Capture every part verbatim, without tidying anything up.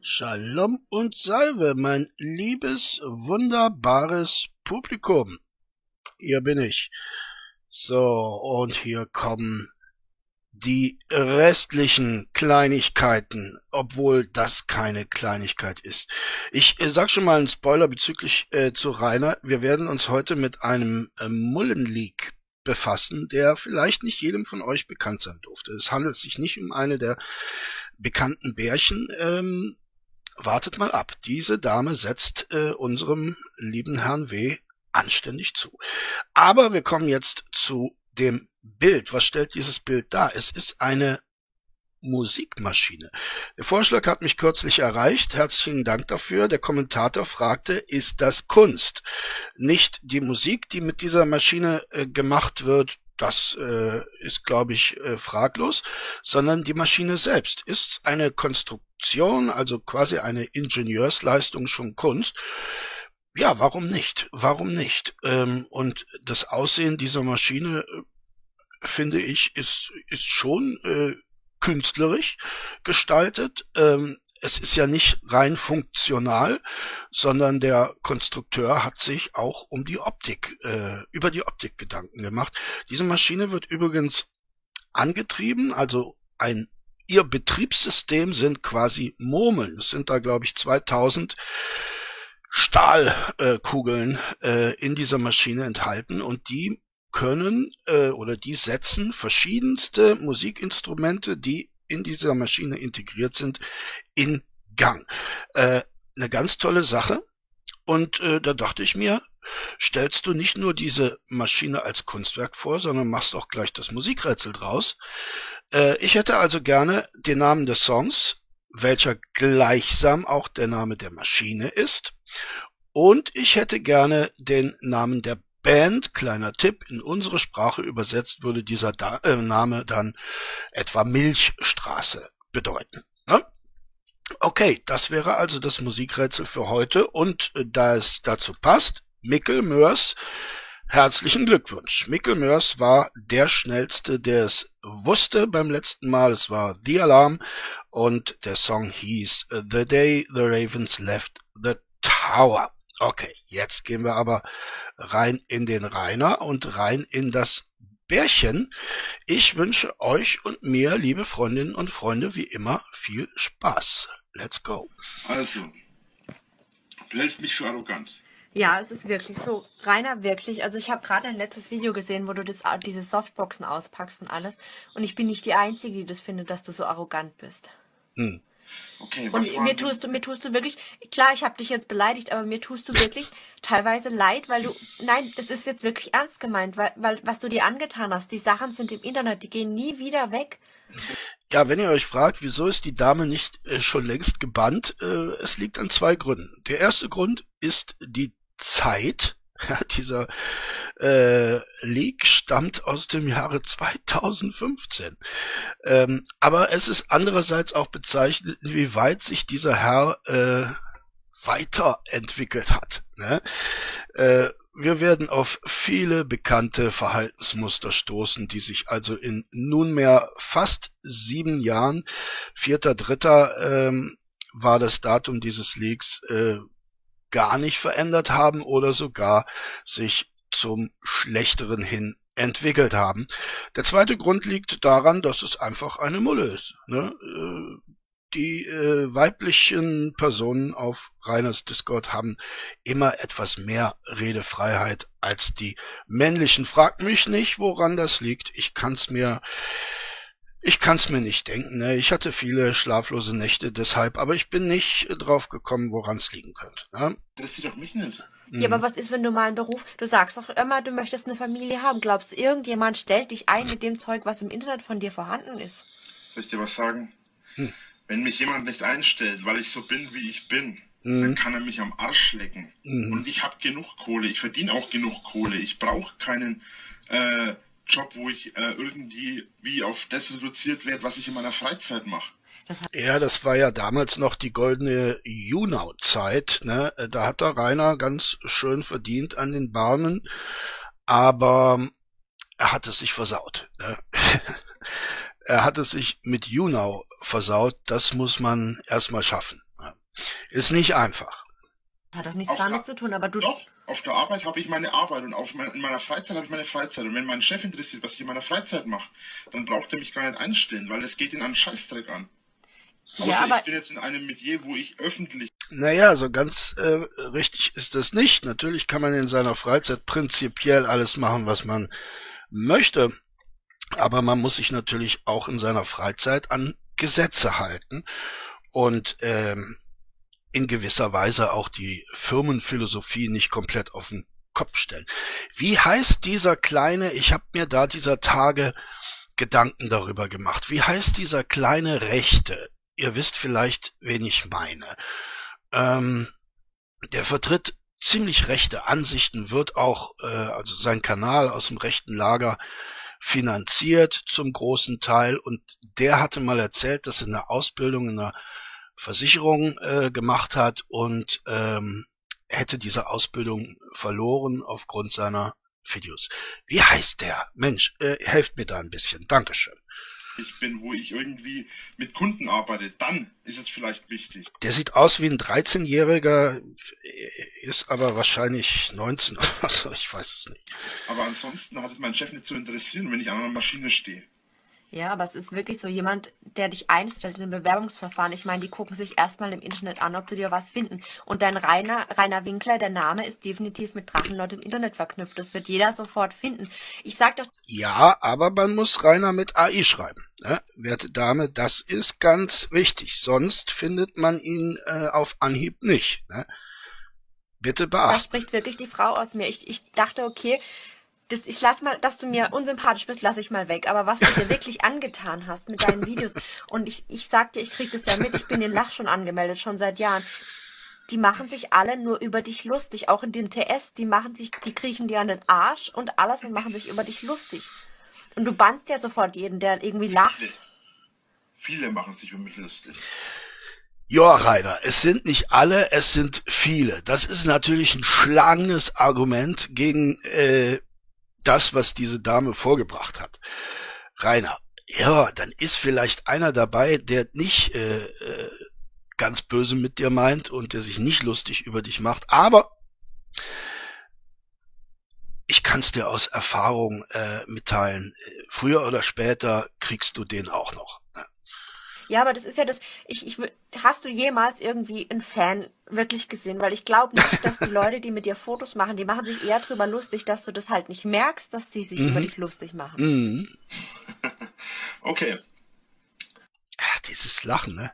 Shalom und Salve, mein liebes, wunderbares Publikum. Hier bin ich. So, und hier kommen die restlichen Kleinigkeiten, obwohl das keine Kleinigkeit ist. Ich äh, sag schon mal einen Spoiler bezüglich äh, zu Rainer. Wir werden uns heute mit einem äh, Mullenleak befassen, der vielleicht nicht jedem von euch bekannt sein durfte. Es handelt sich nicht um eine der bekannten Bärchen. Ähm, wartet mal ab. Diese Dame setzt äh, unserem lieben Herrn W. anständig zu. Aber wir kommen jetzt zu dem Bild. Was stellt dieses Bild dar? Es ist eine Musikmaschine. Der Vorschlag hat mich kürzlich erreicht. Herzlichen Dank dafür. Der Kommentator fragte, ist das Kunst? Nicht die Musik, die mit dieser Maschine äh, gemacht wird, das äh, ist, glaube ich, äh, fraglos, sondern die Maschine selbst. Ist eine Konstruktion, also quasi eine Ingenieursleistung schon Kunst? Ja, warum nicht? Warum nicht? Ähm, und das Aussehen dieser Maschine, äh, finde ich, ist, ist schon äh, künstlerisch gestaltet. Ähm, es ist ja nicht rein funktional, sondern der Konstrukteur hat sich auch um die Optik, äh, über die Optik Gedanken gemacht. Diese Maschine wird übrigens angetrieben, also ein ihr Betriebssystem sind quasi Murmeln. Es sind da, glaube ich, zweitausend Stahlkugeln äh, in dieser Maschine enthalten und die können äh, oder die setzen verschiedenste Musikinstrumente, die in dieser Maschine integriert sind, in Gang. Äh, eine ganz tolle Sache. Und äh, da dachte ich mir, stellst du nicht nur diese Maschine als Kunstwerk vor, sondern machst auch gleich das Musikrätsel draus. Äh, ich hätte also gerne den Namen des Songs, welcher gleichsam auch der Name der Maschine ist. Und ich hätte gerne den Namen der Band. Kleiner Tipp, in unsere Sprache übersetzt würde dieser da äh, Name dann etwa Milchstraße bedeuten. Ne? Okay, das wäre also das Musikrätsel für heute. Und äh, da es dazu passt, Mikkel Mörs, herzlichen Glückwunsch. Mikkel Mörs war der Schnellste, der es wusste beim letzten Mal. Es war The Alarm und der Song hieß The Day the Ravens Left the Tower. Okay, jetzt gehen wir aber rein in den Rainer und rein in das Bärchen. Ich wünsche euch und mir, liebe Freundinnen und Freunde, wie immer viel Spaß. Let's go. Also, du hältst mich für arrogant. Ja, es ist wirklich so. Rainer, wirklich. Also ich habe gerade ein letztes Video gesehen, wo du das, diese Softboxen auspackst und alles. Und ich bin nicht die Einzige, die das findet, dass du so arrogant bist. Hm. Okay, was Und mir tust du, mir tust du wirklich, klar, ich habe dich jetzt beleidigt, aber mir tust du wirklich teilweise leid, weil du, nein, das ist jetzt wirklich ernst gemeint, weil, weil was du dir angetan hast, die Sachen sind im Internet, die gehen nie wieder weg. Ja, wenn ihr euch fragt, wieso ist die Dame nicht äh, schon längst gebannt, äh, es liegt an zwei Gründen. Der erste Grund ist die Zeit. Ja, dieser äh, Leak stammt aus dem Jahre zweitausendfünfzehn. Ähm, aber es ist andererseits auch bezeichnend, wie weit sich dieser Herr äh, weiterentwickelt hat. Ne? Äh, wir werden auf viele bekannte Verhaltensmuster stoßen, die sich also in nunmehr fast sieben Jahren, vierter dritter ähm, war das Datum dieses Leaks, äh, gar nicht verändert haben oder sogar sich zum Schlechteren hin entwickelt haben. Der zweite Grund liegt daran, dass es einfach eine Mulle ist. Ne? Die äh, weiblichen Personen auf Rainers Discord haben immer etwas mehr Redefreiheit als die männlichen. Fragt mich nicht, woran das liegt. Ich kann's mir Ich kann's mir nicht denken. Ne? Ich hatte viele schlaflose Nächte deshalb, aber ich bin nicht drauf gekommen, woran es liegen könnte. Ne? Das sieht doch mich nicht. Ja, aber was ist, wenn du mal einen Beruf, du sagst doch immer, du möchtest eine Familie haben. Glaubst du, irgendjemand stellt dich ein mit dem Zeug, was im Internet von dir vorhanden ist? Soll ich dir was sagen? Hm. Wenn mich jemand nicht einstellt, weil ich so bin, wie ich bin, Mhm. dann kann er mich am Arsch lecken. Mhm. Und ich habe genug Kohle, ich verdiene auch genug Kohle. Ich brauche keinen äh, Job, wo ich äh, irgendwie wie auf das reduziert werde, was ich in meiner Freizeit mache. Ja, das war ja damals noch die goldene YouNow-Zeit. Ne? Da hat der Rainer ganz schön verdient an den Bahnen, aber er hat es sich versaut. Ne? Er hat es sich mit YouNow versaut. Das muss man erstmal schaffen. Ist nicht einfach. Das hat doch nichts Auf damit der, zu tun, aber du, doch, auf der Arbeit habe ich meine Arbeit und auf mein, in meiner Freizeit habe ich meine Freizeit. Und wenn mein Chef interessiert, was ich in meiner Freizeit mache, dann braucht er mich gar nicht einstellen, weil es geht ihn einen Scheißdreck an. ja, Außer aber ich bin jetzt in einem Metier, wo ich öffentlich Naja, so ganz äh, richtig ist das nicht. Natürlich kann man in seiner Freizeit prinzipiell alles machen, was man möchte. Aber man muss sich natürlich auch in seiner Freizeit an Gesetze halten und ähm, in gewisser Weise auch die Firmenphilosophie nicht komplett auf den Kopf stellen. Wie heißt dieser kleine, ich habe mir da dieser Tage Gedanken darüber gemacht, wie heißt dieser kleine Rechte? Ihr wisst vielleicht, wen ich meine. Ähm, der vertritt ziemlich rechte Ansichten, wird auch, äh, also sein Kanal aus dem rechten Lager finanziert zum großen Teil, und der hatte mal erzählt, dass er eine Ausbildung in einer Versicherung äh, gemacht hat und ähm, hätte diese Ausbildung verloren aufgrund seiner Videos. Wie heißt der? Mensch, äh, helft mir da ein bisschen. Dankeschön. bin, wo ich irgendwie mit Kunden arbeite, dann ist es vielleicht wichtig. Der sieht aus wie ein dreizehnjähriger, ist aber wahrscheinlich neunzehn, also ich weiß es nicht. Aber ansonsten hat es meinen Chef nicht zu interessieren, wenn ich an einer Maschine stehe. ja, aber es ist wirklich so jemand, der dich einstellt in einem Bewerbungsverfahren. Ich meine, die gucken sich erstmal im Internet an, ob sie dir was finden. Und dein Rainer, Rainer Winkler, der Name ist definitiv mit Drachenlord im Internet verknüpft. Das wird jeder sofort finden. Ich sag doch, Ja, aber man muss Rainer mit A I schreiben. Ne? Werte Dame, das ist ganz wichtig. Sonst findet man ihn äh, auf Anhieb nicht. Ne? Bitte da beachten. spricht wirklich die Frau aus mir. Ich, ich dachte, okay, das, ich lass mal, dass du mir unsympathisch bist, lasse ich mal weg. Aber was du dir wirklich angetan hast mit deinen Videos, und ich, ich sag dir, ich krieg das ja mit, ich bin in Lach schon angemeldet, schon seit Jahren. Die machen sich alle nur über dich lustig, auch in dem T S, die machen sich, die kriechen dir an den Arsch und alles und machen sich über dich lustig. Und du bannst ja sofort jeden, der irgendwie lacht. Viele, viele machen sich über mich lustig. Ja, Rainer, es sind nicht alle, es sind viele. Das ist natürlich ein schlagendes Argument gegen äh, das, was diese Dame vorgebracht hat. Rainer, ja, dann ist vielleicht einer dabei, der nicht äh, äh, ganz böse mit dir meint und der sich nicht lustig über dich macht, aber ich kann's dir aus Erfahrung äh, mitteilen, früher oder später kriegst du den auch noch. Ja, aber das ist ja das, ich, ich, wür- hast du jemals irgendwie einen Fan wirklich gesehen? Weil ich glaube nicht, dass die Leute, die mit dir Fotos machen, die machen sich eher drüber lustig, dass du das halt nicht merkst, dass die sich über Mhm. dich lustig machen. Mhm. Okay, Ach, dieses Lachen, ne?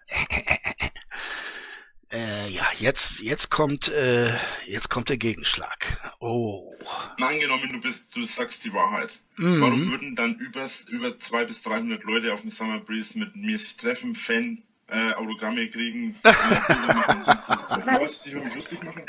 äh, ja, jetzt, jetzt kommt, äh, jetzt kommt der Gegenschlag. Oh. mal angenommen, du bist, du sagst die Wahrheit. Warum Mhm. würden dann über, über zweihundert bis dreihundert Leute auf dem Summer Breeze mit mir sich treffen, Fan, äh, Autogramme kriegen, äh, Bilder machen und sonst was? Weil Nur, ich, was sich über mich lustig machen?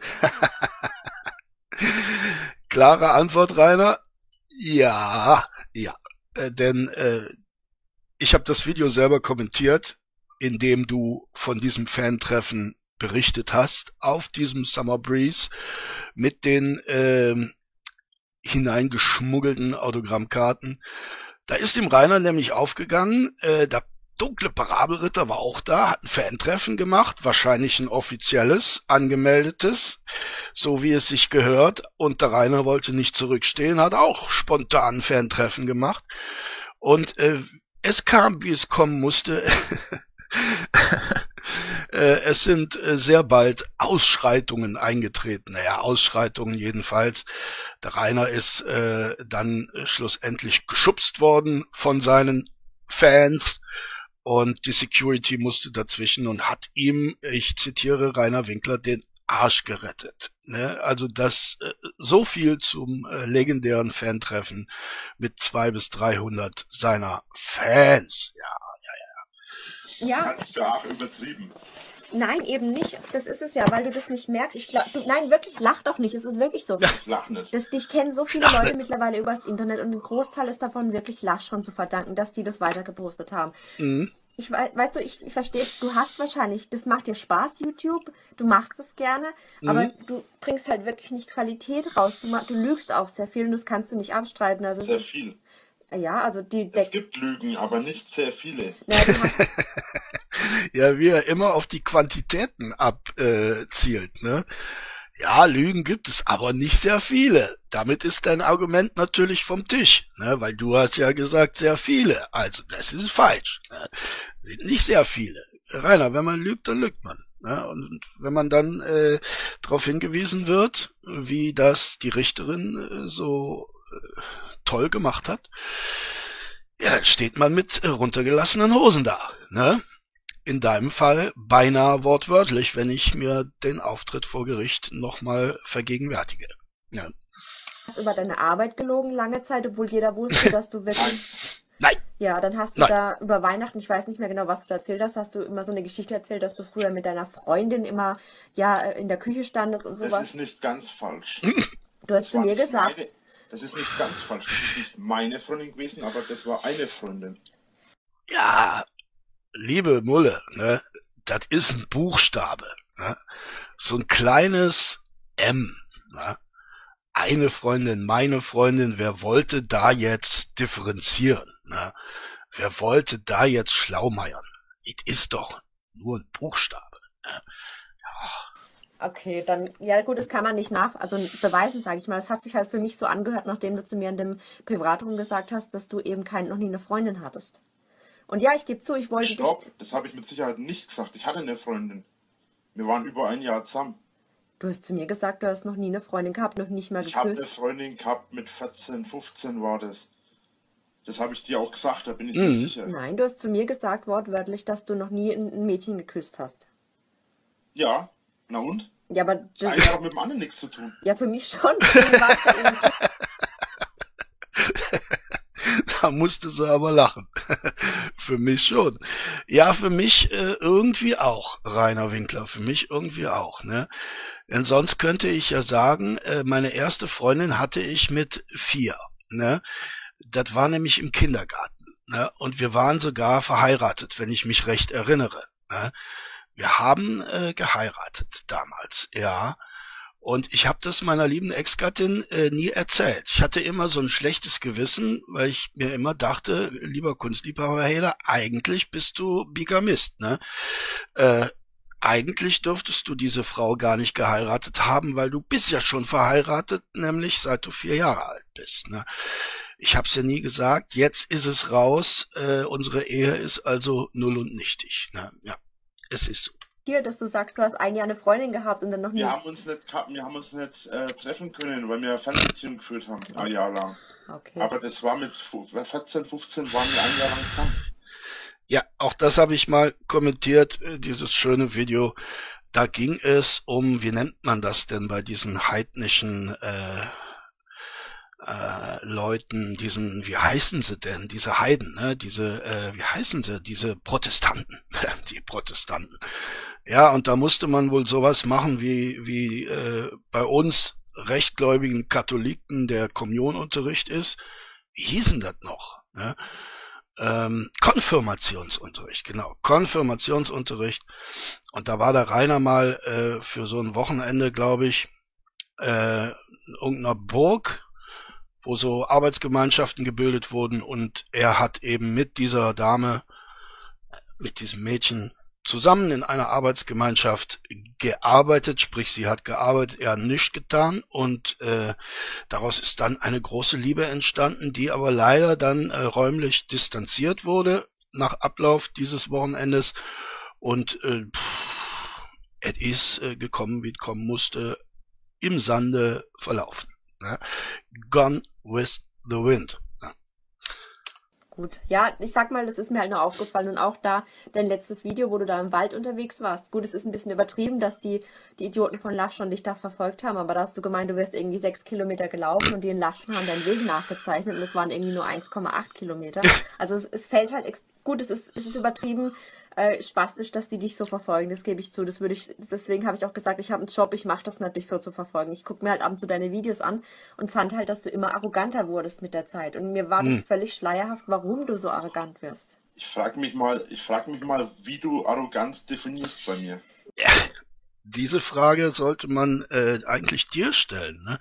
Klare Antwort, Rainer. Ja, ja. Äh, denn äh, ich habe das Video selber kommentiert, in dem du von diesem Fan-Treffen berichtet hast, auf diesem Summer Breeze mit den ähm, hineingeschmuggelten Autogrammkarten. Da ist dem Rainer nämlich aufgegangen, äh, der dunkle Parabelritter war auch da, hat ein Fan-Treffen gemacht, wahrscheinlich ein offizielles, angemeldetes, so wie es sich gehört, und der Rainer wollte nicht zurückstehen, hat auch spontan ein Fan-Treffen gemacht, und äh, es kam, wie es kommen musste. Äh, es sind äh, sehr bald Ausschreitungen eingetreten. Naja, Ausschreitungen jedenfalls. Der Rainer ist äh, dann äh, schlussendlich geschubst worden von seinen Fans, und die Security musste dazwischen und hat ihm, ich zitiere Rainer Winkler, den Arsch gerettet. Ne? Also das äh, so viel zum äh, legendären Fantreffen mit zwei bis dreihundert seiner Fans. Ja. ja, Hat ich ja auch übertrieben. nein, eben nicht. Das ist es ja, weil du das nicht merkst. Ich glaub, du, nein, wirklich, lach doch nicht. Es ist wirklich so. Ich lach nicht. Das, ich kenne so viele Ach, Leute nicht. mittlerweile übers Internet und ein Großteil ist davon wirklich Lach schon zu verdanken, dass die das weitergepostet haben. Mhm. Ich wei- weißt du, ich, ich verstehe, du hast wahrscheinlich, das macht dir Spaß, YouTube, du machst das gerne, aber Mhm. du bringst halt wirklich nicht Qualität raus. Du, ma- du lügst auch sehr viel und das kannst du nicht abstreiten. Also Sehr so, viel. ja, also die, Es der, gibt Lügen, aber nicht sehr viele. naja, du hast, ja, wie er immer auf die Quantitäten abzielt, ne? Ja, Lügen gibt es, aber nicht sehr viele. Damit ist dein Argument natürlich vom Tisch, ne? Weil du hast ja gesagt, sehr viele. Also, das ist falsch. Ne? Sind nicht sehr viele. Rainer, wenn man lügt, dann lügt man. Ne? Und wenn man dann äh, darauf hingewiesen wird, wie das die Richterin äh, so äh, toll gemacht hat, ja, steht man mit äh, runtergelassenen Hosen da, ne? In deinem Fall beinahe wortwörtlich, wenn ich mir den Auftritt vor Gericht nochmal vergegenwärtige. Ja. Hast du über deine Arbeit gelogen lange Zeit, obwohl jeder wusste, dass du wirklich... Nein. Ja, dann hast du Nein. da über Weihnachten, ich weiß nicht mehr genau, was du da erzählt hast, hast du immer so eine Geschichte erzählt, dass du früher mit deiner Freundin immer ja in der Küche standest und sowas. Das ist nicht ganz falsch. Du hast zu mir gesagt... Meine, das ist nicht ganz falsch. Das ist nicht meine Freundin gewesen, aber das war eine Freundin. Ja, liebe Mulle, ne, das ist ein Buchstabe, ne? So ein kleines M, ne? Eine Freundin, meine Freundin, wer wollte da jetzt differenzieren, ne? Wer wollte da jetzt schlaumeiern? Es ist doch nur ein Buchstabe, ne? Ja. Okay, dann, ja gut, das kann man nicht nach, also beweisen, sage ich mal. Es hat sich halt für mich so angehört, nachdem du zu mir in dem Privatraum gesagt hast, dass du eben kein, noch nie eine Freundin hattest. Und ja, ich gebe zu, ich wollte Stopp, dich... das habe ich mit Sicherheit nicht gesagt. Ich hatte eine Freundin. Wir waren über ein Jahr zusammen. Du hast zu mir gesagt, du hast noch nie eine Freundin gehabt, noch nicht mal Ich habe eine geküsst. Freundin gehabt, mit vierzehn, fünfzehn war das. Das habe ich dir auch gesagt, da bin ich Mhm. mir sicher. Nein, du hast zu mir gesagt, wortwörtlich, dass du noch nie ein ein Mädchen geküsst hast. Ja, na und? Ja, aber Das das, eine hat auch mit dem anderen nichts zu tun. ja, für mich schon. Deswegen war es ja eben so. Da musste sie aber lachen. Für mich schon. Ja, für mich äh, irgendwie auch, Rainer Winkler, für mich irgendwie auch, ne? Denn sonst könnte ich ja sagen, äh, meine erste Freundin hatte ich mit vier, ne? Das war nämlich im Kindergarten, ne? Und wir waren sogar verheiratet, wenn ich mich recht erinnere, ne? Wir haben äh, geheiratet damals, ja. Und ich habe das meiner lieben Ex-Gattin äh, nie erzählt. Ich hatte immer so ein schlechtes Gewissen, weil ich mir immer dachte, lieber Kunstliebhaber Hehler, eigentlich bist du Bigamist, ne? Äh, eigentlich dürftest du diese Frau gar nicht geheiratet haben, weil du bist ja schon verheiratet, nämlich seit du vier Jahre alt bist, ne? Ich hab's ja nie gesagt, jetzt ist es raus, äh, unsere Ehe ist also null und nichtig, ne? Ja, es ist so. Hier, dass du sagst, du hast ein Jahr eine Freundin gehabt und dann noch nie. Wir haben uns nicht, gehabt- wir haben uns nicht äh, treffen können, weil wir eine Fernbeziehung geführt haben, ein Jahr lang. Okay. Aber das war mit fu- vierzehn, fünfzehn waren wir ein Jahr lang zusammen. Ja, auch das habe ich mal kommentiert, äh, dieses schöne Video. Da ging es um, wie nennt man das denn bei diesen heidnischen äh, äh, Leuten, diesen, wie heißen sie denn, diese Heiden, ne, diese, äh, wie heißen sie, diese Protestanten, die Protestanten. Ja, und da musste man wohl sowas machen wie, wie äh, bei uns rechtgläubigen Katholiken der Kommunionunterricht ist. Wie hießen das noch? Ne? Ähm, Konfirmationsunterricht, genau, Konfirmationsunterricht. Und da war der Rainer mal äh, für so ein Wochenende, glaube ich, äh, in irgendeiner Burg, wo so Arbeitsgemeinschaften gebildet wurden, und er hat eben mit dieser Dame, mit diesem Mädchen zusammen in einer Arbeitsgemeinschaft gearbeitet, sprich sie hat gearbeitet, er hat nichts getan, und äh, daraus ist dann eine große Liebe entstanden, die aber leider dann äh, räumlich distanziert wurde nach Ablauf dieses Wochenendes, und äh, pff, es ist äh, gekommen, wie es kommen musste, im Sande verlaufen. Ne? Gone with the wind. Ne? Gut, ja, ich sag mal, das ist mir halt nur aufgefallen und auch da dein letztes Video, wo du da im Wald unterwegs warst. Gut, es ist ein bisschen übertrieben, dass die, die Idioten von Laschon dich da verfolgt haben, aber da hast du gemeint, du wirst irgendwie sechs Kilometer gelaufen und die in Laschon haben deinen Weg nachgezeichnet und es waren irgendwie nur eins Komma acht Kilometer. Also es, es fällt halt, ex gut, es ist, es ist übertrieben, äh, spastisch, dass die dich so verfolgen, das gebe ich zu. Das würde ich, deswegen habe ich auch gesagt, ich habe einen Job, ich mache das nicht, dich so zu verfolgen. Ich gucke mir halt ab und zu deine Videos an und fand halt, dass du immer arroganter wurdest mit der Zeit. Und mir war das Hm. völlig schleierhaft, warum du so arrogant wirst. Ich frage mich mal, ich frage mich mal, wie du Arroganz definierst bei mir. Ja, diese Frage sollte man äh, eigentlich dir stellen. Ne?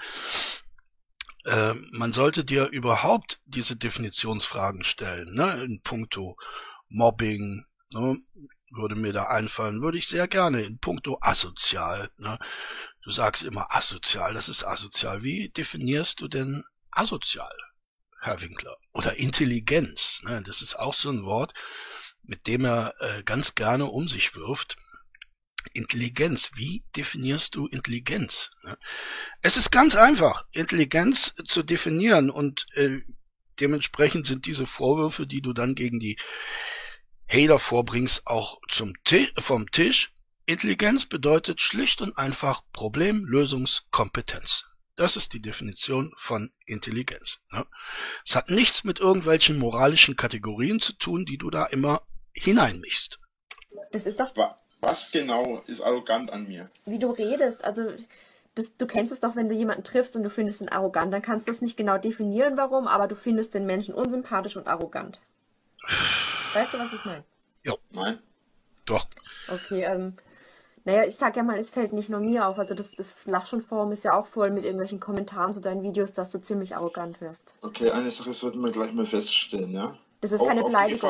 Äh, man sollte dir überhaupt diese Definitionsfragen stellen, ne? In puncto Mobbing, ne? würde mir da einfallen, würde ich sehr gerne in puncto asozial. Ne? Du sagst immer asozial, das ist asozial. Wie definierst du denn asozial, Herr Winkler? Oder Intelligenz, ne? Das ist auch so ein Wort, mit dem er äh, ganz gerne um sich wirft. Intelligenz, wie definierst du Intelligenz? Ne? Es ist ganz einfach, Intelligenz zu definieren und äh, dementsprechend sind diese Vorwürfe, die du dann gegen die Hater vorbringst, auch zum Ti- vom Tisch. Intelligenz bedeutet schlicht und einfach Problemlösungskompetenz. Das ist die Definition von Intelligenz. Ne? Es hat nichts mit irgendwelchen moralischen Kategorien zu tun, die du da immer hineinmischst. Das ist doch, Wa- Was genau ist arrogant an mir? wie du redest. Also, das, du kennst es doch, wenn du jemanden triffst und du findest ihn arrogant. Dann kannst du es nicht genau definieren, warum, aber du findest den Menschen unsympathisch und arrogant. Weißt du, was ich meine? Nein? Doch. Okay, ähm, naja, ich sag ja mal, es fällt nicht nur mir auf. Also das, das Lachschon-Forum ist ja auch voll mit irgendwelchen Kommentaren zu deinen Videos, dass du ziemlich arrogant wirst. Okay, eine Sache sollten wir gleich mal feststellen, ja? Das ist Auch keine auf die Beleidigung.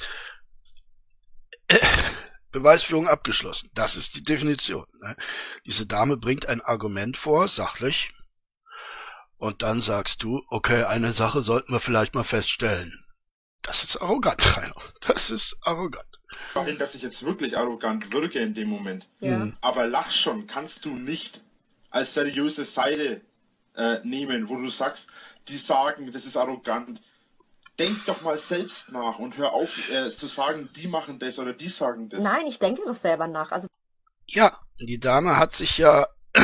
Beweisführung abgeschlossen. Das ist die Definition. Ne? Diese Dame bringt ein Argument vor, sachlich, und dann sagst du, okay, eine Sache sollten wir vielleicht mal feststellen. Das ist arrogant, Rainer. Das ist arrogant. Gefahr, dass ich jetzt wirklich arrogant wirke in dem Moment. Ja. Mhm. Aber lach schon kannst du nicht als seriöse Seite äh, nehmen, wo du sagst, die sagen, das ist arrogant. Denk doch mal selbst nach und hör auf äh, zu sagen, die machen das oder die sagen das. Nein, ich denke doch selber nach. Also Ja, die Dame hat sich ja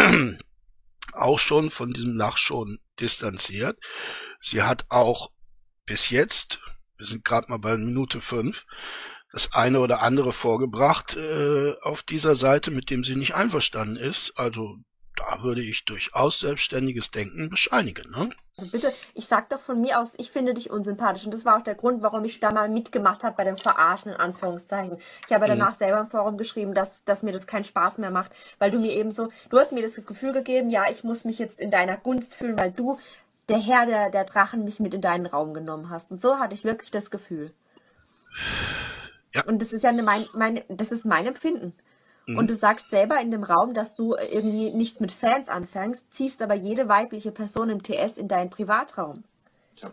auch schon von diesem Lachschon distanziert. Sie hat auch bis jetzt, wir sind gerade mal bei Minute fünf, das eine oder andere vorgebracht äh, auf dieser Seite, mit dem sie nicht einverstanden ist. Also da würde ich durchaus selbstständiges Denken bescheinigen. Ne? Also bitte, ich sag doch von mir aus, ich finde dich unsympathisch. Und das war auch der Grund, warum ich da mal mitgemacht habe bei dem Verarschen, in Anführungszeichen. Ich habe danach mhm. selber im Forum geschrieben, dass, dass mir das keinen Spaß mehr macht, weil du mir eben so, du hast mir das Gefühl gegeben, ja, ich muss mich jetzt in deiner Gunst fühlen, weil du, der Herr der, der Drachen, mich mit in deinen Raum genommen hast. Und so hatte ich wirklich das Gefühl. Ja. Und das ist ja eine, mein, mein, das ist mein Empfinden. Und du sagst selber in dem Raum, dass du irgendwie nichts mit Fans anfängst, ziehst aber jede weibliche Person im T S in deinen Privatraum. Ja,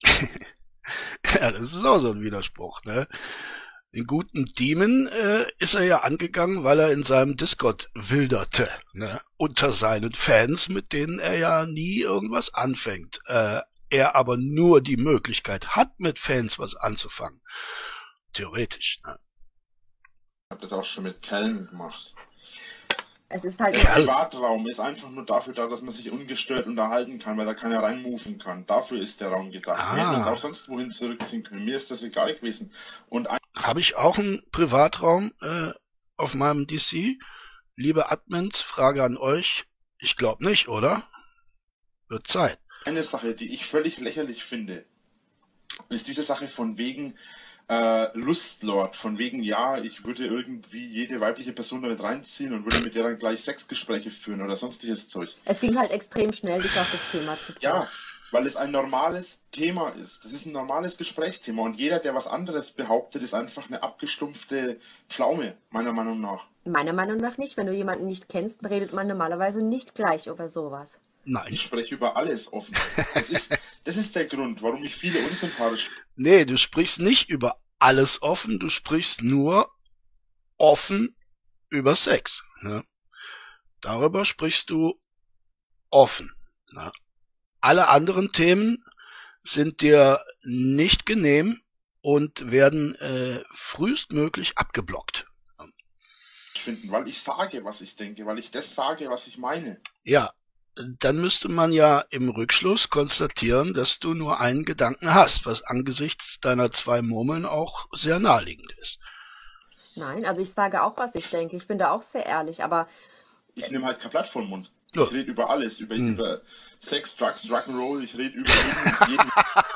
das ist auch so ein Widerspruch, ne? Den guten Demon äh, ist er ja angegangen, weil er in seinem Discord wilderte, ne? Unter seinen Fans, mit denen er ja nie irgendwas anfängt. Äh, er aber nur die Möglichkeit hat, mit Fans was anzufangen. Theoretisch, ne? Ich habe das auch schon mit Kellen gemacht. Es ist halt Der Privatraum ist einfach nur dafür da, dass man sich ungestört unterhalten kann, weil da keiner reinmoven kann. Dafür ist der Raum gedacht. Ah. Wir hätten uns auch sonst wohin zurückziehen können. Mir ist das egal gewesen. Und ein Habe ich auch einen Privatraum äh, auf meinem D C? Liebe Admins, Frage an euch. Ich glaube nicht, oder? Wird Zeit. eine Sache, die ich völlig lächerlich finde, ist diese Sache von wegen äh, Lustlord, von wegen, ja, ich würde irgendwie jede weibliche Person damit reinziehen und würde mit der dann gleich Sexgespräche führen oder sonstiges Zeug. Es ging halt extrem schnell, dich auf das Thema zu bringen. Ja, weil es ein normales Thema ist. Das ist ein normales Gesprächsthema und jeder, der was anderes behauptet, ist einfach eine abgestumpfte Pflaume, meiner Meinung nach. Meiner Meinung nach nicht. Wenn du jemanden nicht kennst, redet man normalerweise nicht gleich über sowas. Nein. Ich spreche über alles offen. Das ist, das ist der Grund, warum ich viele unsympathisch... Nee, du sprichst nicht über alles offen, du sprichst nur offen über Sex. Ne? Darüber sprichst du offen. Ne? Alle anderen Themen sind dir nicht genehm und werden äh, frühestmöglich abgeblockt. finden, weil ich sage, was ich denke, weil ich das sage, was ich meine. Ja, dann müsste man ja im Rückschluss konstatieren, dass du nur einen Gedanken hast, was angesichts deiner zwei Murmeln auch sehr naheliegend ist. Nein, also ich sage auch, was ich denke. Ich bin da auch sehr ehrlich, aber... Ich nehme halt kein Blatt vor den Mund. Ja. Ich rede über alles, über, Hm. über Sex, Drugs, Rock'n'Roll, ich rede über jeden, jeden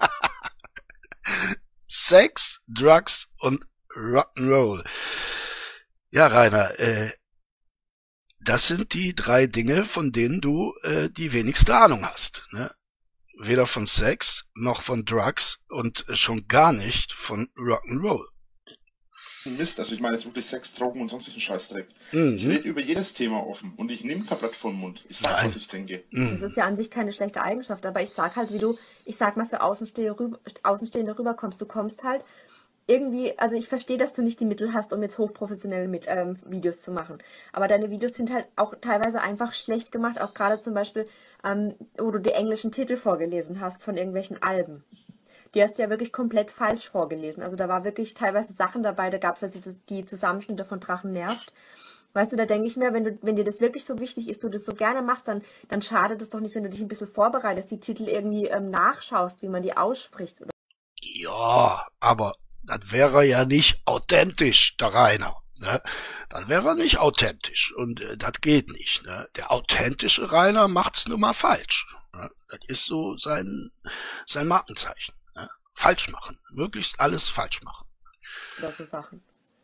Sex, Drugs und Rock'n'Roll. Ja, Rainer, äh, das sind die drei Dinge, von denen du äh, die wenigste Ahnung hast. Ne? Weder von Sex, noch von Drugs und schon gar nicht von Rock'n'Roll. Mist, also ich meine jetzt wirklich Sex, Drogen und sonstigen Scheißdreck. Mhm. Ich rede über jedes Thema offen und ich nehme kein Blatt vor den Mund. Ich sag, Nein. was ich denke. Das Mhm. ist ja an sich keine schlechte Eigenschaft, aber ich sag halt, wie du, ich sag mal, für Außenstehende, rüber, Außenstehende rüberkommst. Du kommst halt irgendwie, also ich verstehe, dass du nicht die Mittel hast, um jetzt hochprofessionelle mit, ähm, Videos zu machen. Aber deine Videos sind halt auch teilweise einfach schlecht gemacht, auch gerade zum Beispiel, ähm, wo du die englischen Titel vorgelesen hast von irgendwelchen Alben. Die hast du ja wirklich komplett falsch vorgelesen. Also da war wirklich teilweise Sachen dabei, da gab es halt die, die Zusammenschnitte von Drachen nervt. Weißt du, da denke ich mir, wenn du, wenn dir das wirklich so wichtig ist, du das so gerne machst, dann, dann schadet es doch nicht, wenn du dich ein bisschen vorbereitest, die Titel irgendwie ähm, nachschaust, wie man die ausspricht. Oder? Ja, aber das wäre ja nicht authentisch, der Rainer. Ne? Dann wäre er nicht authentisch und äh, das geht nicht. Ne? Der authentische Rainer macht's nun mal falsch. Ne? Das ist so sein, sein Markenzeichen. Ne? Falsch machen. Möglichst alles falsch machen. Oder so Sachen.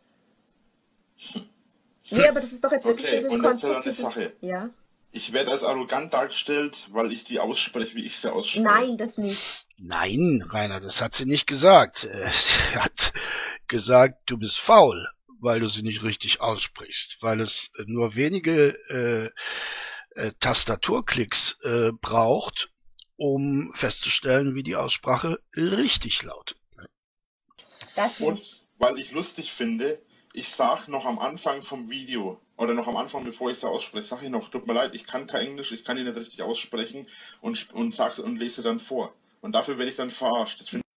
Nee, aber das ist doch jetzt wirklich Okay, dieses und jetzt noch eine konstruktive. Sache. Ja? Ich werde als arrogant dargestellt, weil ich die ausspreche, wie ich sie ausspreche. Nein, das nicht. Nein, Rainer, das hat sie nicht gesagt. Äh, Sie hat gesagt, du bist faul, weil du sie nicht richtig aussprichst, weil es äh, nur wenige äh, äh, Tastaturklicks äh, braucht, um festzustellen, wie die Aussprache richtig lautet. Das nicht. Und weil ich lustig finde, ich sag noch am Anfang vom Video, oder noch am Anfang, bevor ich sie ausspreche, sage ich noch, tut mir leid, ich kann kein Englisch, ich kann die nicht richtig aussprechen und, und sag's und lese dann vor. Und dafür werde ich dann verarscht. Das finde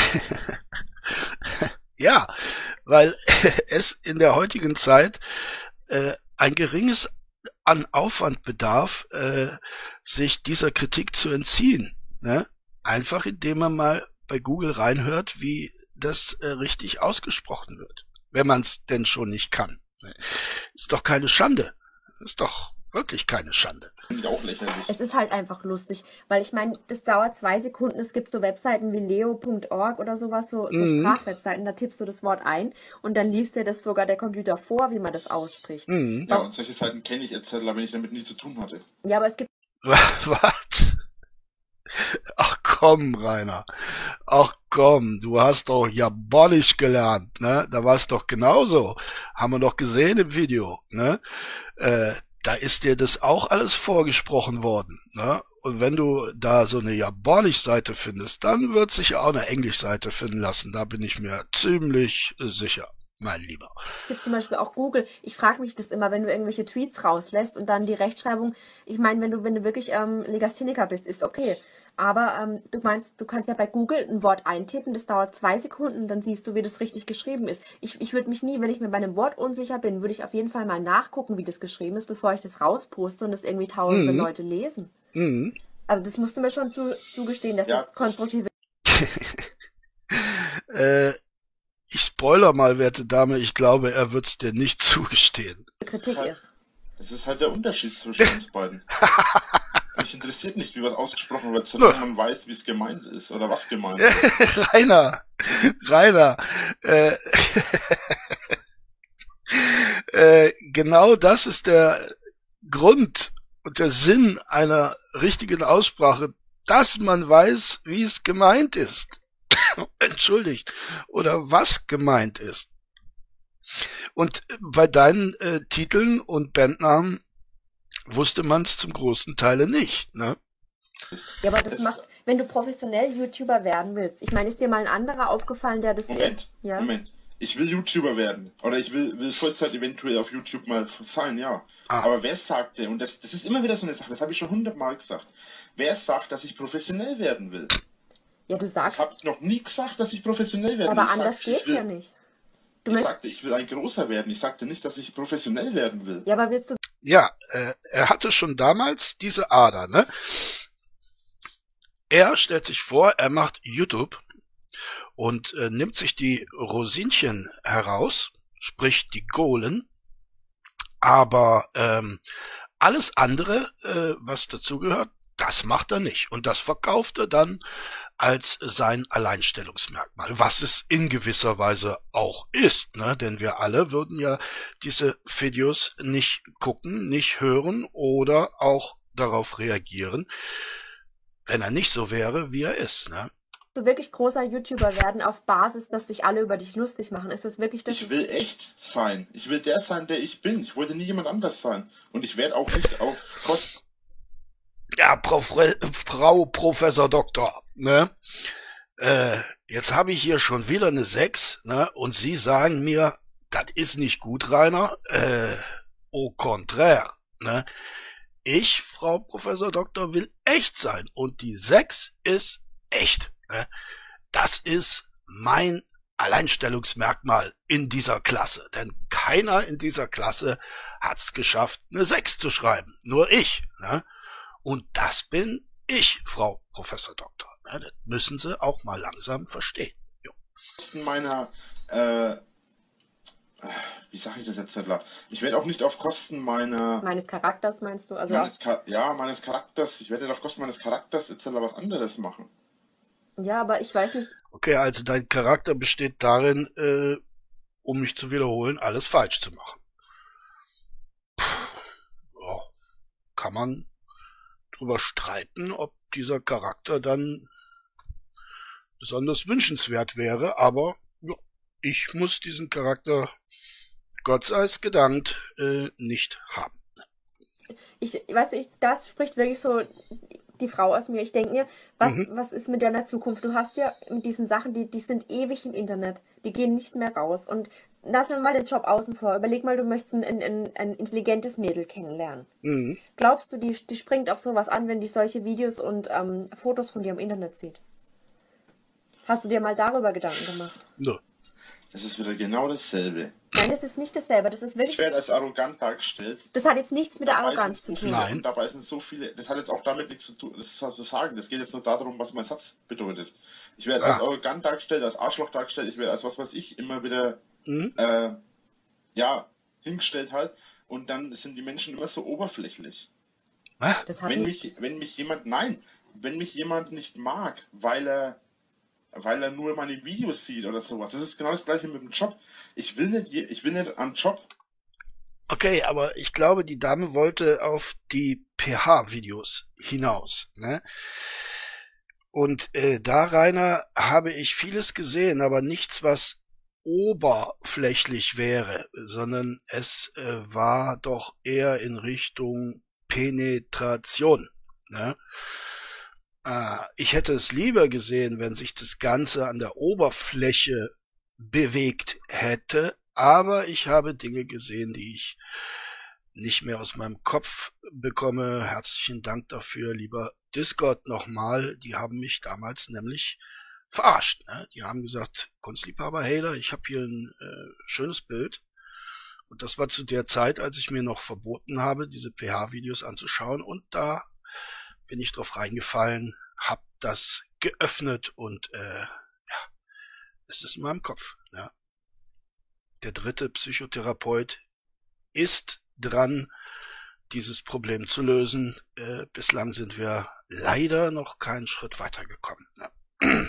Ja, weil es in der heutigen Zeit äh, ein geringes an Aufwand bedarf, äh, sich dieser Kritik zu entziehen. Ne? Einfach indem man mal bei Google reinhört, wie das äh, richtig ausgesprochen wird. Wenn man es denn schon nicht kann. Ne? Ist doch keine Schande. Ist doch wirklich keine Schande. ich auch lächerlich. Es ist halt einfach lustig, weil ich meine, das dauert zwei Sekunden. Es gibt so Webseiten wie leo punkt org oder sowas, so, so Mhm. Sprachwebseiten, da tippst du das Wort ein und dann liest dir das sogar der Computer vor, wie man das ausspricht. Mhm. Ja, und solche Seiten kenne ich et cetera, wenn ich damit nie zu tun hatte. Ja, aber es gibt Was? Ach komm, Rainer. Ach komm, du hast doch Japanisch gelernt, ne? Da war es doch genauso. Haben wir doch gesehen im Video, ne? Äh, da ist dir das auch alles vorgesprochen worden, ne? Und wenn du da so eine Japanisch-Seite findest, dann wird sich auch eine Englisch-Seite finden lassen. Da bin ich mir ziemlich äh, sicher, mein Lieber. Es gibt zum Beispiel auch Google. Ich frage mich das immer, wenn du irgendwelche Tweets rauslässt und dann die Rechtschreibung. Ich meine, wenn du, wenn du wirklich ähm, Legastheniker bist, ist okay. Aber ähm, du meinst, du kannst ja bei Google ein Wort eintippen, das dauert zwei Sekunden, dann siehst du, wie das richtig geschrieben ist. Ich, ich würde mich nie, wenn ich mir bei einem Wort unsicher bin, würde ich auf jeden Fall mal nachgucken, wie das geschrieben ist, bevor ich das rausposte und das irgendwie tausende Mhm. Leute lesen. Mhm. Also das musst du mir schon zu, zugestehen, dass Ja. das konstruktive äh, ich spoiler mal, werte Dame, ich glaube, er wird's dir nicht zugestehen. Kritik ist. Das ist halt der Unterschied zwischen uns beiden. Mich interessiert nicht, wie was ausgesprochen wird, Nö. solange man weiß, wie es gemeint ist oder was gemeint ist. Rainer, Rainer, äh, äh, genau das ist der Grund und der Sinn einer richtigen Aussprache, dass man weiß, wie es gemeint ist. Entschuldigt. Oder was gemeint ist. Und bei deinen äh, Titeln und Bandnamen wusste man es zum großen Teile nicht, ne? Ja, aber das macht, wenn du professionell YouTuber werden willst. Ich meine, ist dir mal ein anderer aufgefallen, der das... Moment, Ja? Moment. Ich will YouTuber werden. Oder ich will, will Vollzeit eventuell auf YouTube mal sein, ja. Ah. Aber wer sagte, und das, das ist immer wieder so eine Sache, das habe ich schon hundertmal gesagt, wer sagt, dass ich professionell werden will? Ja, du Ich sagst, habe noch nie gesagt, dass ich professionell werden will. aber Ich anders sagte, ich geht's will, ja nicht. Du Ich möcht- sagte, ich will ein großer werden. Ich sagte nicht, dass ich professionell werden will. ja, aber willst du Ja, äh, er hatte schon damals diese Ader, ne? Er stellt sich vor, er macht YouTube und äh, nimmt sich die Rosinchen heraus, sprich die Golen, aber ähm, alles andere, äh, was dazugehört, das macht er nicht. Und das verkauft er dann als sein Alleinstellungsmerkmal, was es in gewisser Weise auch ist, ne? Denn wir alle würden ja diese Videos nicht gucken, nicht hören oder auch darauf reagieren, wenn er nicht so wäre, wie er ist, ne? du wirklich großer YouTuber werden auf Basis, dass sich alle über dich lustig machen? Ist das wirklich das? Ich will echt sein. Ich will der sein, der ich bin. Ich wollte nie jemand anders sein. Und ich werde auch nicht auf Kosten. Ja, Prof, Frau Professor Doktor, ne? Äh, jetzt habe ich hier schon wieder eine sechs, ne? Und Sie sagen mir, das ist nicht gut, Rainer. Äh, au contraire, ne? Ich, Frau Professor Doktor, will echt sein. Und die sechs ist echt, ne? Das ist mein Alleinstellungsmerkmal in dieser Klasse. Denn keiner in dieser Klasse hat's geschafft, eine sechs zu schreiben. Nur ich, ne? Und das bin ich, Frau Professor Doktor. Ja, das müssen Sie auch mal langsam verstehen. Jo. meiner, äh, wie sage ich das jetzt, Zettler? Ich werde auch nicht auf Kosten meiner, Meines Charakters meinst du? Also meines, Cha- ja, meines Charakters, ich werde auf Kosten meines Charakters et cetera was anderes machen. ja, aber ich weiß nicht. Okay, also dein Charakter besteht darin, äh, um nicht zu wiederholen, alles falsch zu machen. Puh, ja, kann man drüber streiten, ob dieser Charakter dann besonders wünschenswert wäre, aber ja, ich muss diesen Charakter, Gott sei es gedankt, äh, nicht haben. Ich weiß nicht, das spricht wirklich so die Frau aus mir. Ich denke mir, was, Mhm. was ist mit deiner Zukunft? Du hast ja mit diesen Sachen, die, die sind ewig im Internet. Die gehen nicht mehr raus. Und lass mir mal den Job außen vor. Überleg mal, du möchtest ein, ein, ein intelligentes Mädel kennenlernen. Mhm. Glaubst du, die, die springt auf sowas an, wenn die solche Videos und ähm, Fotos von dir im Internet sieht? Hast du dir mal darüber Gedanken gemacht? Nö. Das ist wieder genau dasselbe. Nein, das ist nicht dasselbe. Das ist Ich wirklich, werde als arrogant dargestellt. das hat jetzt nichts mit der Dabei Arroganz sind zu so tun. viele, Nein. und dabei sind so viele, das hat jetzt auch damit nichts zu tun, das ist zu sagen, das geht jetzt nur darum, was mein Satz bedeutet. Ich werde als Ah. arrogant dargestellt, als Arschloch dargestellt, ich werde als was weiß ich immer wieder, Mhm. äh, ja, hingestellt halt, und dann sind die Menschen immer so oberflächlich. Hä? Das hat Wenn nichts. mich, wenn mich jemand, nein, wenn mich jemand nicht mag, weil er, weil er nur meine Videos sieht oder sowas, das ist genau das gleiche mit dem Job. Ich will nicht, je- ich will nicht am Job. Okay, aber ich glaube, die Dame wollte auf die P H-Videos hinaus, ne? Und äh, da, Rainer, habe ich vieles gesehen, aber nichts, was oberflächlich wäre, sondern es äh, war doch eher in Richtung Penetration, ne? Äh, ich hätte es lieber gesehen, wenn sich das Ganze an der Oberfläche bewegt hätte, aber ich habe Dinge gesehen, die ich nicht mehr aus meinem Kopf bekomme. Herzlichen Dank dafür, lieber Discord nochmal. Die haben mich damals nämlich verarscht. Ne? Die haben gesagt, Kunstliebhaber Hailer, ich habe hier ein äh, schönes Bild. Und das war zu der Zeit, als ich mir noch verboten habe, diese P H-Videos anzuschauen. Und da bin ich drauf reingefallen, hab das geöffnet und äh, ja, es ist in meinem Kopf. Ja. Der dritte Psychotherapeut ist dran, dieses Problem zu lösen. Äh, bislang sind wir leider noch keinen Schritt weitergekommen. Ne?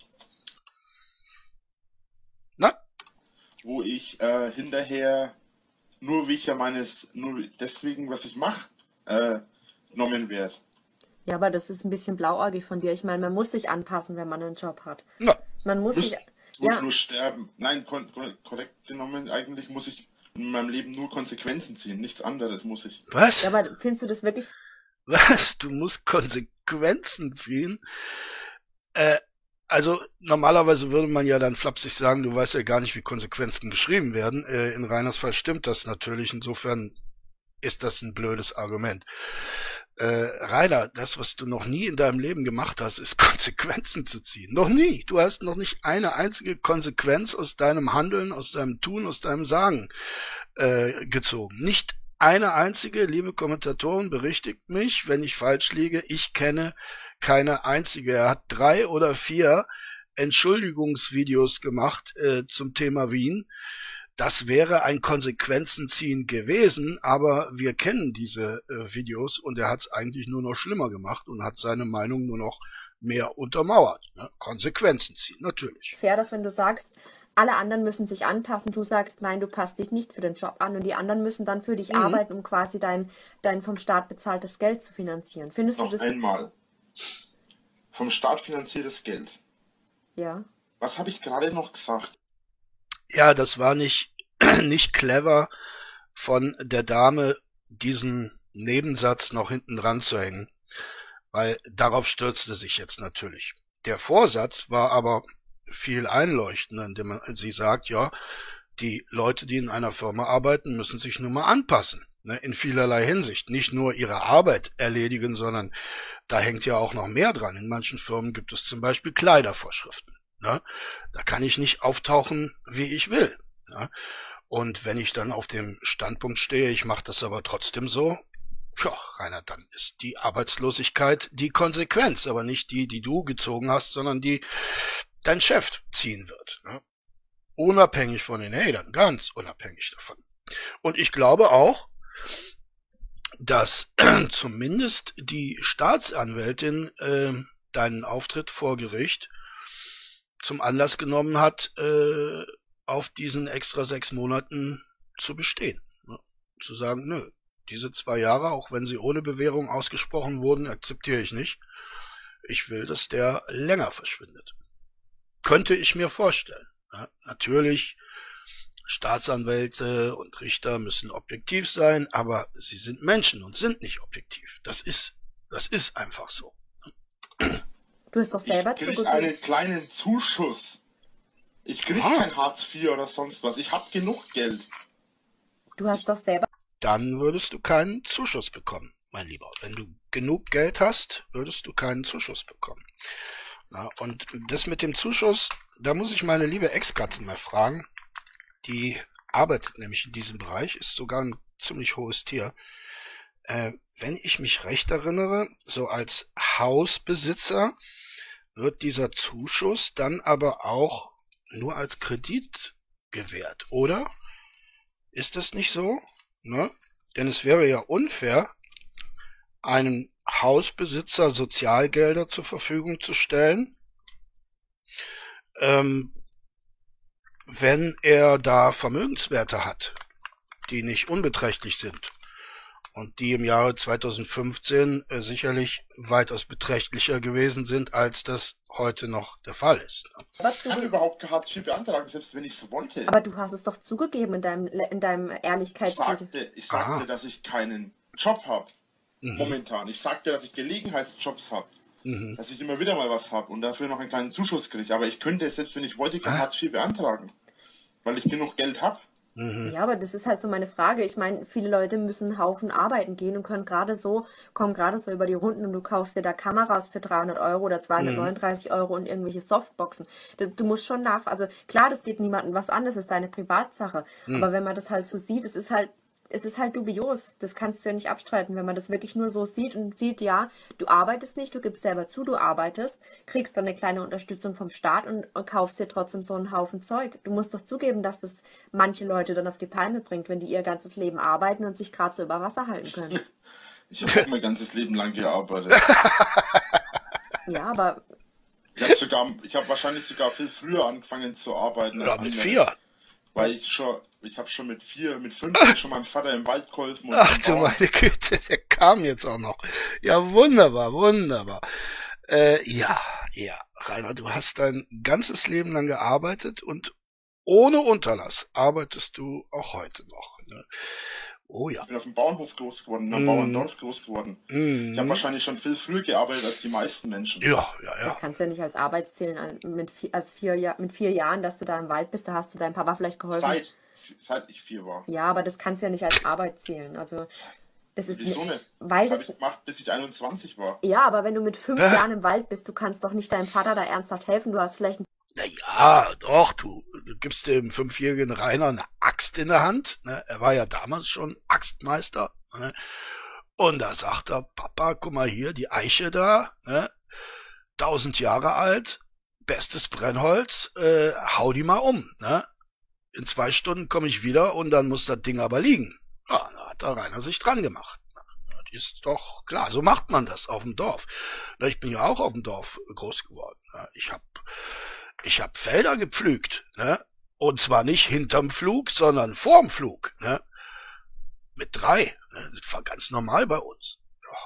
Na? Wo ich äh, hinterher nur wie ich ja meines, nur deswegen, was ich mache, äh, genommen werde. Ja, aber das ist ein bisschen blauäugig von dir. Ich meine, man muss sich anpassen, wenn man einen Job hat. Na, Man muss sich, Ich muss ja, nur sterben. Nein, kon kon korrekt genommen, eigentlich muss ich in meinem Leben nur Konsequenzen ziehen. Nichts anderes muss ich. was? ja, aber findest du das wirklich, Was? Du musst Konsequenzen ziehen? Äh, also normalerweise würde man ja dann flapsig sagen, du weißt ja gar nicht, wie Konsequenzen geschrieben werden. Äh, in Reiners Fall stimmt das natürlich. Insofern ist das ein blödes Argument. Äh, Rainer, das, was du noch nie in deinem Leben gemacht hast, ist Konsequenzen zu ziehen. Noch nie. Du hast noch nicht eine einzige Konsequenz aus deinem Handeln, aus deinem Tun, aus deinem Sagen äh, gezogen. Nicht eine einzige, liebe Kommentatoren, berichtigt mich, wenn ich falsch liege. Ich kenne keine einzige. Er hat drei oder vier Entschuldigungsvideos gemacht äh, zum Thema Wien. Das wäre ein Konsequenzenziehen gewesen, aber wir kennen diese äh, Videos und er hat es eigentlich nur noch schlimmer gemacht und hat seine Meinung nur noch mehr untermauert. Ne? Konsequenzen ziehen, natürlich. fair, dass wenn du sagst, alle anderen müssen sich anpassen, du sagst, nein, du passt dich nicht für den Job an und die anderen müssen dann für dich Mhm. arbeiten, um quasi dein, dein vom Staat bezahltes Geld zu finanzieren. Findest du Noch das? einmal. Vom Staat finanziertes Geld. Ja. Was habe ich gerade noch gesagt? Ja, das war nicht, nicht clever von der Dame, diesen Nebensatz noch hinten dran zu hängen, weil darauf stürzte sich jetzt natürlich. Der Vorsatz war aber viel einleuchtender, indem man, sie sagt, ja, die Leute, die in einer Firma arbeiten, müssen sich nun mal anpassen, ne, in vielerlei Hinsicht. Nicht nur ihre Arbeit erledigen, sondern da hängt ja auch noch mehr dran. In manchen Firmen gibt es zum Beispiel Kleidervorschriften. Ne? Da kann ich nicht auftauchen, wie ich will. Ne? Und wenn ich dann auf dem Standpunkt stehe, ich mache das aber trotzdem so, ja, Rainer, dann ist die Arbeitslosigkeit die Konsequenz, aber nicht die, die du gezogen hast, sondern die dein Chef ziehen wird. Ne? Unabhängig von den Hatern, ganz unabhängig davon. Und ich glaube auch, dass äh, zumindest die Staatsanwältin äh, deinen Auftritt vor Gericht zum Anlass genommen hat, äh, auf diesen extra sechs Monaten zu bestehen. Ne? Zu sagen, nö, diese zwei Jahre, auch wenn sie ohne Bewährung ausgesprochen wurden, akzeptiere ich nicht. Ich will, dass der länger verschwindet. Könnte ich mir vorstellen. Ja, natürlich, Staatsanwälte und Richter müssen objektiv sein, aber sie sind Menschen und sind nicht objektiv. Das ist, das ist einfach so. Du hast doch selber Ich krieg zugegeben. einen kleinen Zuschuss. Ich krieg Ah. kein Hartz vier oder sonst was. Ich hab genug Geld. Du hast doch selber. Dann würdest du keinen Zuschuss bekommen, mein Lieber. Wenn du genug Geld hast, würdest du keinen Zuschuss bekommen. Na, und das mit dem Zuschuss, da muss ich meine liebe Ex-Gattin mal fragen. Die arbeitet nämlich in diesem Bereich, ist sogar ein ziemlich hohes Tier. Äh, wenn ich mich recht erinnere, so als Hausbesitzer wird dieser Zuschuss dann aber auch nur als Kredit gewährt, oder? Ist das nicht so? Ne? Denn es wäre ja unfair, einem Hausbesitzer Sozialgelder zur Verfügung zu stellen, ähm, wenn er da Vermögenswerte hat, die nicht unbeträchtlich sind und die im Jahre zweitausendfünfzehn äh, sicherlich weitaus beträchtlicher gewesen sind, als das heute noch der Fall ist. selber Ich kann zuge überhaupt kein Hartz vier beantragen, selbst wenn ich es wollte. aber du hast es doch zugegeben in deinem, in deinem Ich Ehrlichkeitsvideo. sagte, ich sagte, Aha. dass ich keinen Job habe. Mhm. Momentan. Ich sagte, dass ich Gelegenheitsjobs habe. Mhm. Dass ich immer wieder mal was habe und dafür noch einen kleinen Zuschuss kriege. Aber ich könnte, selbst wenn ich wollte, kein Ah. Hartz vier beantragen. Weil ich genug Geld habe. Mhm. Ja, aber das ist halt so meine Frage. Ich meine, viele Leute müssen einen Haufen arbeiten gehen und können gerade so, kommen gerade so über die Runden und du kaufst dir da Kameras für dreihundert Euro oder zweihundertneununddreißig Euro und irgendwelche Softboxen. Du, du musst schon nach, also klar, das geht niemandem was an, das ist deine Privatsache. Aber wenn man das halt so sieht, es ist halt, es ist halt dubios. Das kannst du ja nicht abstreiten, wenn man das wirklich nur so sieht und sieht, ja, du arbeitest nicht, du gibst selber zu, du arbeitest, kriegst dann eine kleine Unterstützung vom Staat und, und kaufst dir trotzdem so einen Haufen Zeug. Du musst doch zugeben, dass das manche Leute dann auf die Palme bringt, wenn die ihr ganzes Leben arbeiten und sich gerade so über Wasser halten können. Ich habe auch mein ganzes Leben lang gearbeitet. Ja, aber Ich habe sogar, ich habe wahrscheinlich sogar viel früher angefangen zu arbeiten. als Ja, mit andere. vier. Weil ich schon, ich habe schon mit vier, mit fünf hab ich schon meinem Vater im Wald geholfen. Und Ach am du Bauern. meine Güte, der kam jetzt auch noch. Ja, wunderbar, wunderbar. Äh, ja, ja, Rainer, du hast dein ganzes Leben lang gearbeitet und ohne Unterlass arbeitest du auch heute noch. Ne? Oh ja. Ich bin auf dem Bauernhof groß geworden, in einem Mhm. Bauerndorf groß geworden. Ich habe Mhm. wahrscheinlich schon viel früher gearbeitet als die meisten Menschen. Ja, ja, das ja. kannst du ja nicht als Arbeitszählen an, mit, vi- als vier, Jahr, mit vier Jahren, dass du da im Wald bist, da hast du deinem Papa vielleicht geholfen. Seit, seit ich vier war. Ja, aber das kannst du ja nicht als Arbeit zählen. Also, das ist, Wieso nicht? weil Das das, habe ich gemacht, bis ich einundzwanzig war. ja, aber wenn du mit fünf Hä? Jahren im Wald bist, du kannst doch nicht deinem Vater da ernsthaft helfen. Du hast vielleicht ein Na ja, doch, du, du gibst dem fünfjährigen Rainer eine Axt in der Hand. Ne? Er war ja damals schon Axtmeister. Ne? Und da sagt er, Papa, guck mal hier, die Eiche da, ne? tausend Jahre alt, bestes Brennholz, äh, hau die mal um. Ne? In zwei Stunden komme ich wieder und dann muss das Ding aber liegen. Ja, da hat der Rainer sich dran gemacht. Das ist doch klar, so macht man das auf dem Dorf. Na, ich bin ja auch auf dem Dorf groß geworden. Ne? Ich hab Ich hab Felder gepflügt, ne? Und zwar nicht hinterm Flug, sondern vorm Flug, ne? Mit drei. Ne? Das war ganz normal bei uns.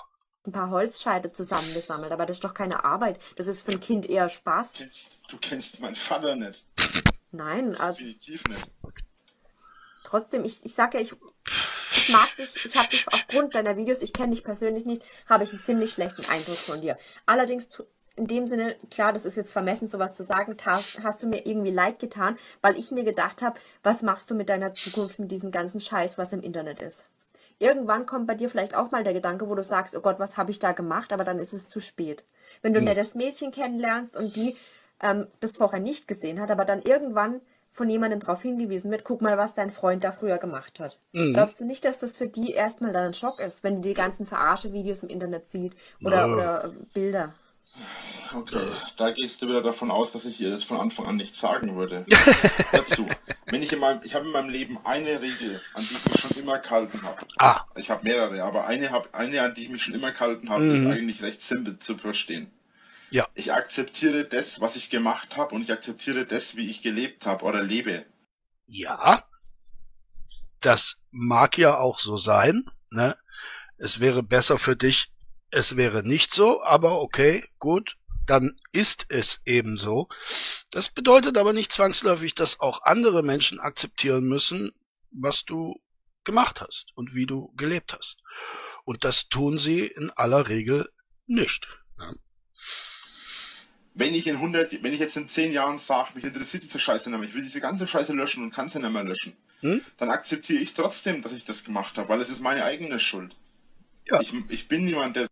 ein paar Holzscheite zusammengesammelt, aber das ist doch keine Arbeit. Das ist für ein Kind eher Spaß. Du kennst, du kennst meinen Vater nicht. Nein, also Definitiv nicht. trotzdem, ich, ich sag ja, ich, ich mag dich, ich habe dich aufgrund deiner Videos, ich kenne dich persönlich nicht, habe ich einen ziemlich schlechten Eindruck von dir. Allerdings, tu- in dem Sinne, klar, das ist jetzt vermessen, sowas zu sagen, hast, hast du mir irgendwie leid getan, weil ich mir gedacht habe, was machst du mit deiner Zukunft, mit diesem ganzen Scheiß, was im Internet ist? Irgendwann kommt bei dir vielleicht auch mal der Gedanke, wo du sagst, oh Gott, was habe ich da gemacht, aber dann ist es zu spät. Wenn du ein Hm. nettes Mädchen kennenlernst und die ähm, das vorher nicht gesehen hat, aber dann irgendwann von jemandem darauf hingewiesen wird, guck mal, was dein Freund da früher gemacht hat. Mhm. Glaubst du nicht, dass das für die erstmal dann ein Schock ist, wenn die die ganzen Verarsche-Videos im Internet sieht oder, Nö. oder äh, Bilder? Okay, da gehst du wieder davon aus, dass ich ihr das von Anfang an nicht sagen würde. Dazu, wenn ich in meinem, ich habe in meinem Leben eine Regel, an die ich mich schon immer gehalten habe. Ah, Ich habe mehrere, aber eine, hab, eine, an die ich mich schon immer gehalten habe, Mhm. ist eigentlich recht simpel zu verstehen. ja. Ich akzeptiere das, was ich gemacht habe, und ich akzeptiere das, wie ich gelebt habe oder lebe. Ja, das mag ja auch so sein, ne? Es wäre besser für dich, es wäre nicht so, aber okay, gut, dann ist es eben so. Das bedeutet aber nicht zwangsläufig, dass auch andere Menschen akzeptieren müssen, was du gemacht hast und wie du gelebt hast. Und das tun sie in aller Regel nicht. Ne? Wenn ich in hundert, wenn ich jetzt in zehn Jahren sage, mich interessiert diese Scheiße nicht mehr, ich will diese ganze Scheiße löschen und kann sie nicht mehr löschen, Hm? dann akzeptiere ich trotzdem, dass ich das gemacht habe, weil es ist meine eigene Schuld. Ja. Ich, ich bin niemand, der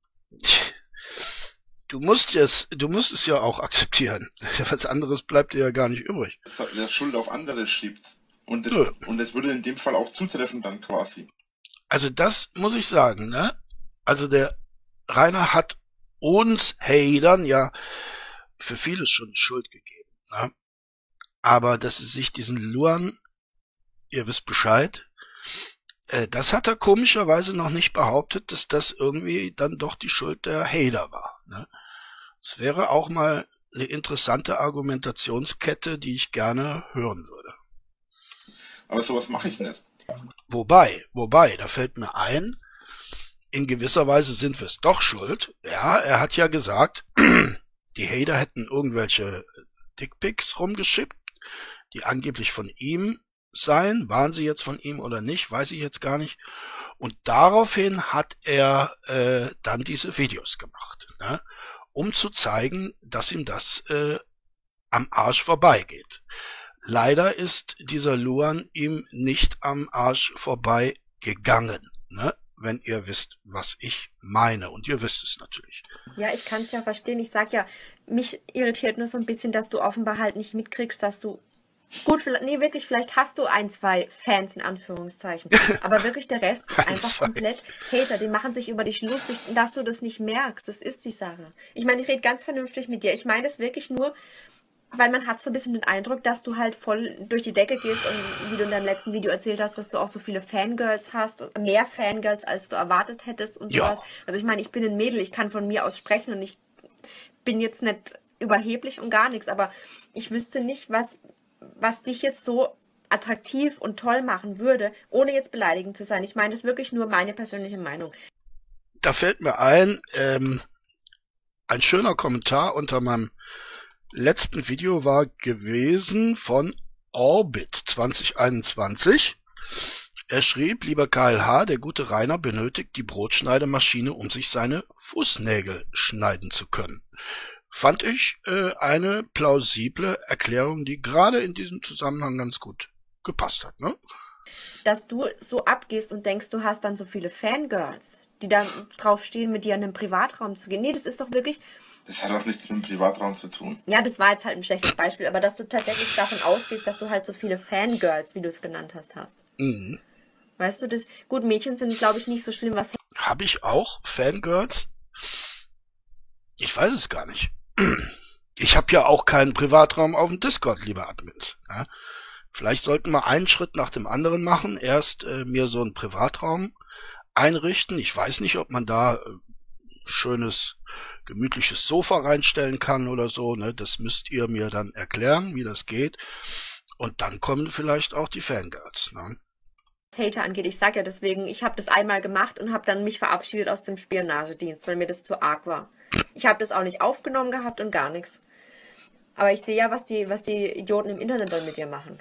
Du musst es, du musst es ja auch akzeptieren. Was anderes bleibt dir ja gar nicht übrig. der Schuld auf andere schiebt. Und das, Nö. und das würde in dem Fall auch zutreffen dann quasi. Also das muss ich sagen, ne? Also der Rainer hat uns Hatern ja für vieles schon die Schuld gegeben, ne? Aber dass sie sich diesen Luan, ihr wisst Bescheid, äh, das hat er komischerweise noch nicht behauptet, dass das irgendwie dann doch die Schuld der Hater war, ne? Es wäre auch mal eine interessante Argumentationskette, die ich gerne hören würde. Aber sowas mache ich nicht. Wobei, wobei, da fällt mir ein, in gewisser Weise sind wir es doch schuld. Ja, er hat ja gesagt, die Hater hätten irgendwelche Dickpics rumgeschickt, die angeblich von ihm seien. Waren sie jetzt von ihm oder nicht, weiß ich jetzt gar nicht. Und daraufhin hat er äh, dann diese Videos gemacht, ne? Um zu zeigen, dass ihm das äh, am Arsch vorbeigeht. Leider ist dieser Luan ihm nicht am Arsch vorbei gegangen, ne? Wenn ihr wisst, was ich meine. Und ihr wisst es natürlich. Ja, ich kann es ja verstehen. Ich sag ja, mich irritiert nur so ein bisschen, dass du offenbar halt nicht mitkriegst, dass du gut, vielleicht, nee, wirklich, vielleicht hast du ein, zwei Fans in Anführungszeichen. Aber wirklich der Rest ist Ein, einfach zwei. komplett Hater. Die machen sich über dich lustig, dass du das nicht merkst. Das ist die Sache. Ich meine, ich rede ganz vernünftig mit dir. Ich meine es wirklich nur, weil man hat so ein bisschen den Eindruck, dass du halt voll durch die Decke gehst und wie du in deinem letzten Video erzählt hast, dass du auch so viele Fangirls hast, mehr Fangirls, als du erwartet hättest und Ja. sowas. Also ich meine, ich bin ein Mädel, ich kann von mir aus sprechen und ich bin jetzt nicht überheblich und gar nichts, aber ich wüsste nicht, was, was dich jetzt so attraktiv und toll machen würde, ohne jetzt beleidigend zu sein. Ich meine, das ist wirklich nur meine persönliche Meinung. Da fällt mir ein, ähm, ein schöner Kommentar unter meinem letzten Video war gewesen von Orbit zwanzig einundzwanzig. Er schrieb, lieber K L H, der gute Rainer benötigt die Brotschneidemaschine, um sich seine Fußnägel schneiden zu können. Fand ich äh, eine plausible Erklärung, die gerade in diesem Zusammenhang ganz gut gepasst hat, ne? Dass du so abgehst und denkst, du hast dann so viele Fangirls, die dann drauf stehen, mit dir in einen Privatraum zu gehen. Nee, das ist doch wirklich, Das hat auch nichts mit dem Privatraum zu tun. ja, das war jetzt halt ein schlechtes Beispiel, aber dass du tatsächlich davon ausgehst, dass du halt so viele Fangirls, wie du es genannt hast, hast. Mhm. Weißt du, das, gut, Mädchen sind, glaube ich, nicht so schlimm, was Habe ich auch Fangirls? Ich weiß es gar nicht. Ich habe ja auch keinen Privatraum auf dem Discord, liebe Admins. Ja? Vielleicht sollten wir einen Schritt nach dem anderen machen. Erst äh, mir so einen Privatraum einrichten. Ich weiß nicht, ob man da äh, schönes, gemütliches Sofa reinstellen kann oder so. Ne? Das müsst ihr mir dann erklären, wie das geht. Und dann kommen vielleicht auch die Fangirls. Ne? Hater angeht. Ich sag ja deswegen, ich habe das einmal gemacht und habe dann mich verabschiedet aus dem Spionagedienst, weil mir das zu arg war. Ich habe das auch nicht aufgenommen gehabt und gar nichts. Aber ich sehe ja, was die, was die Idioten im Internet dann mit dir machen.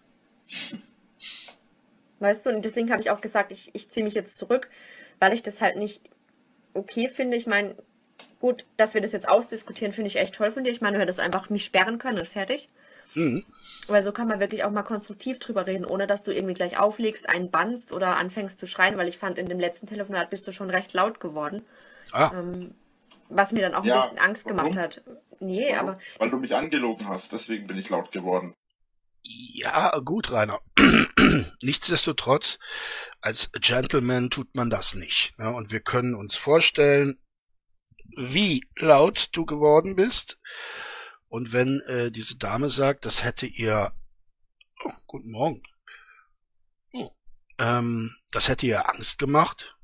Weißt du, und deswegen habe ich auch gesagt, ich, ich ziehe mich jetzt zurück, weil ich das halt nicht okay finde. Ich meine, gut, dass wir das jetzt ausdiskutieren, finde ich echt toll von dir. Ich meine, du hättest einfach mich sperren können und fertig. Mhm. Weil so kann man wirklich auch mal konstruktiv drüber reden, ohne dass du irgendwie gleich auflegst, einen bannst oder anfängst zu schreien, weil ich fand, in dem letzten Telefonat bist du schon recht laut geworden. Ah, Ähm, was mir dann auch ein Ja, bisschen Angst gemacht warum? hat. Nee, Warum? aber Weil du mich angelogen hast, deswegen bin ich laut geworden. ja, gut, Rainer. Nichtsdestotrotz, als Gentleman tut man das nicht. Ne? Und wir können uns vorstellen, wie laut du geworden bist. Und wenn äh, diese Dame sagt, das hätte ihr... Oh, guten Morgen. Oh, ähm, das hätte ihr Angst gemacht,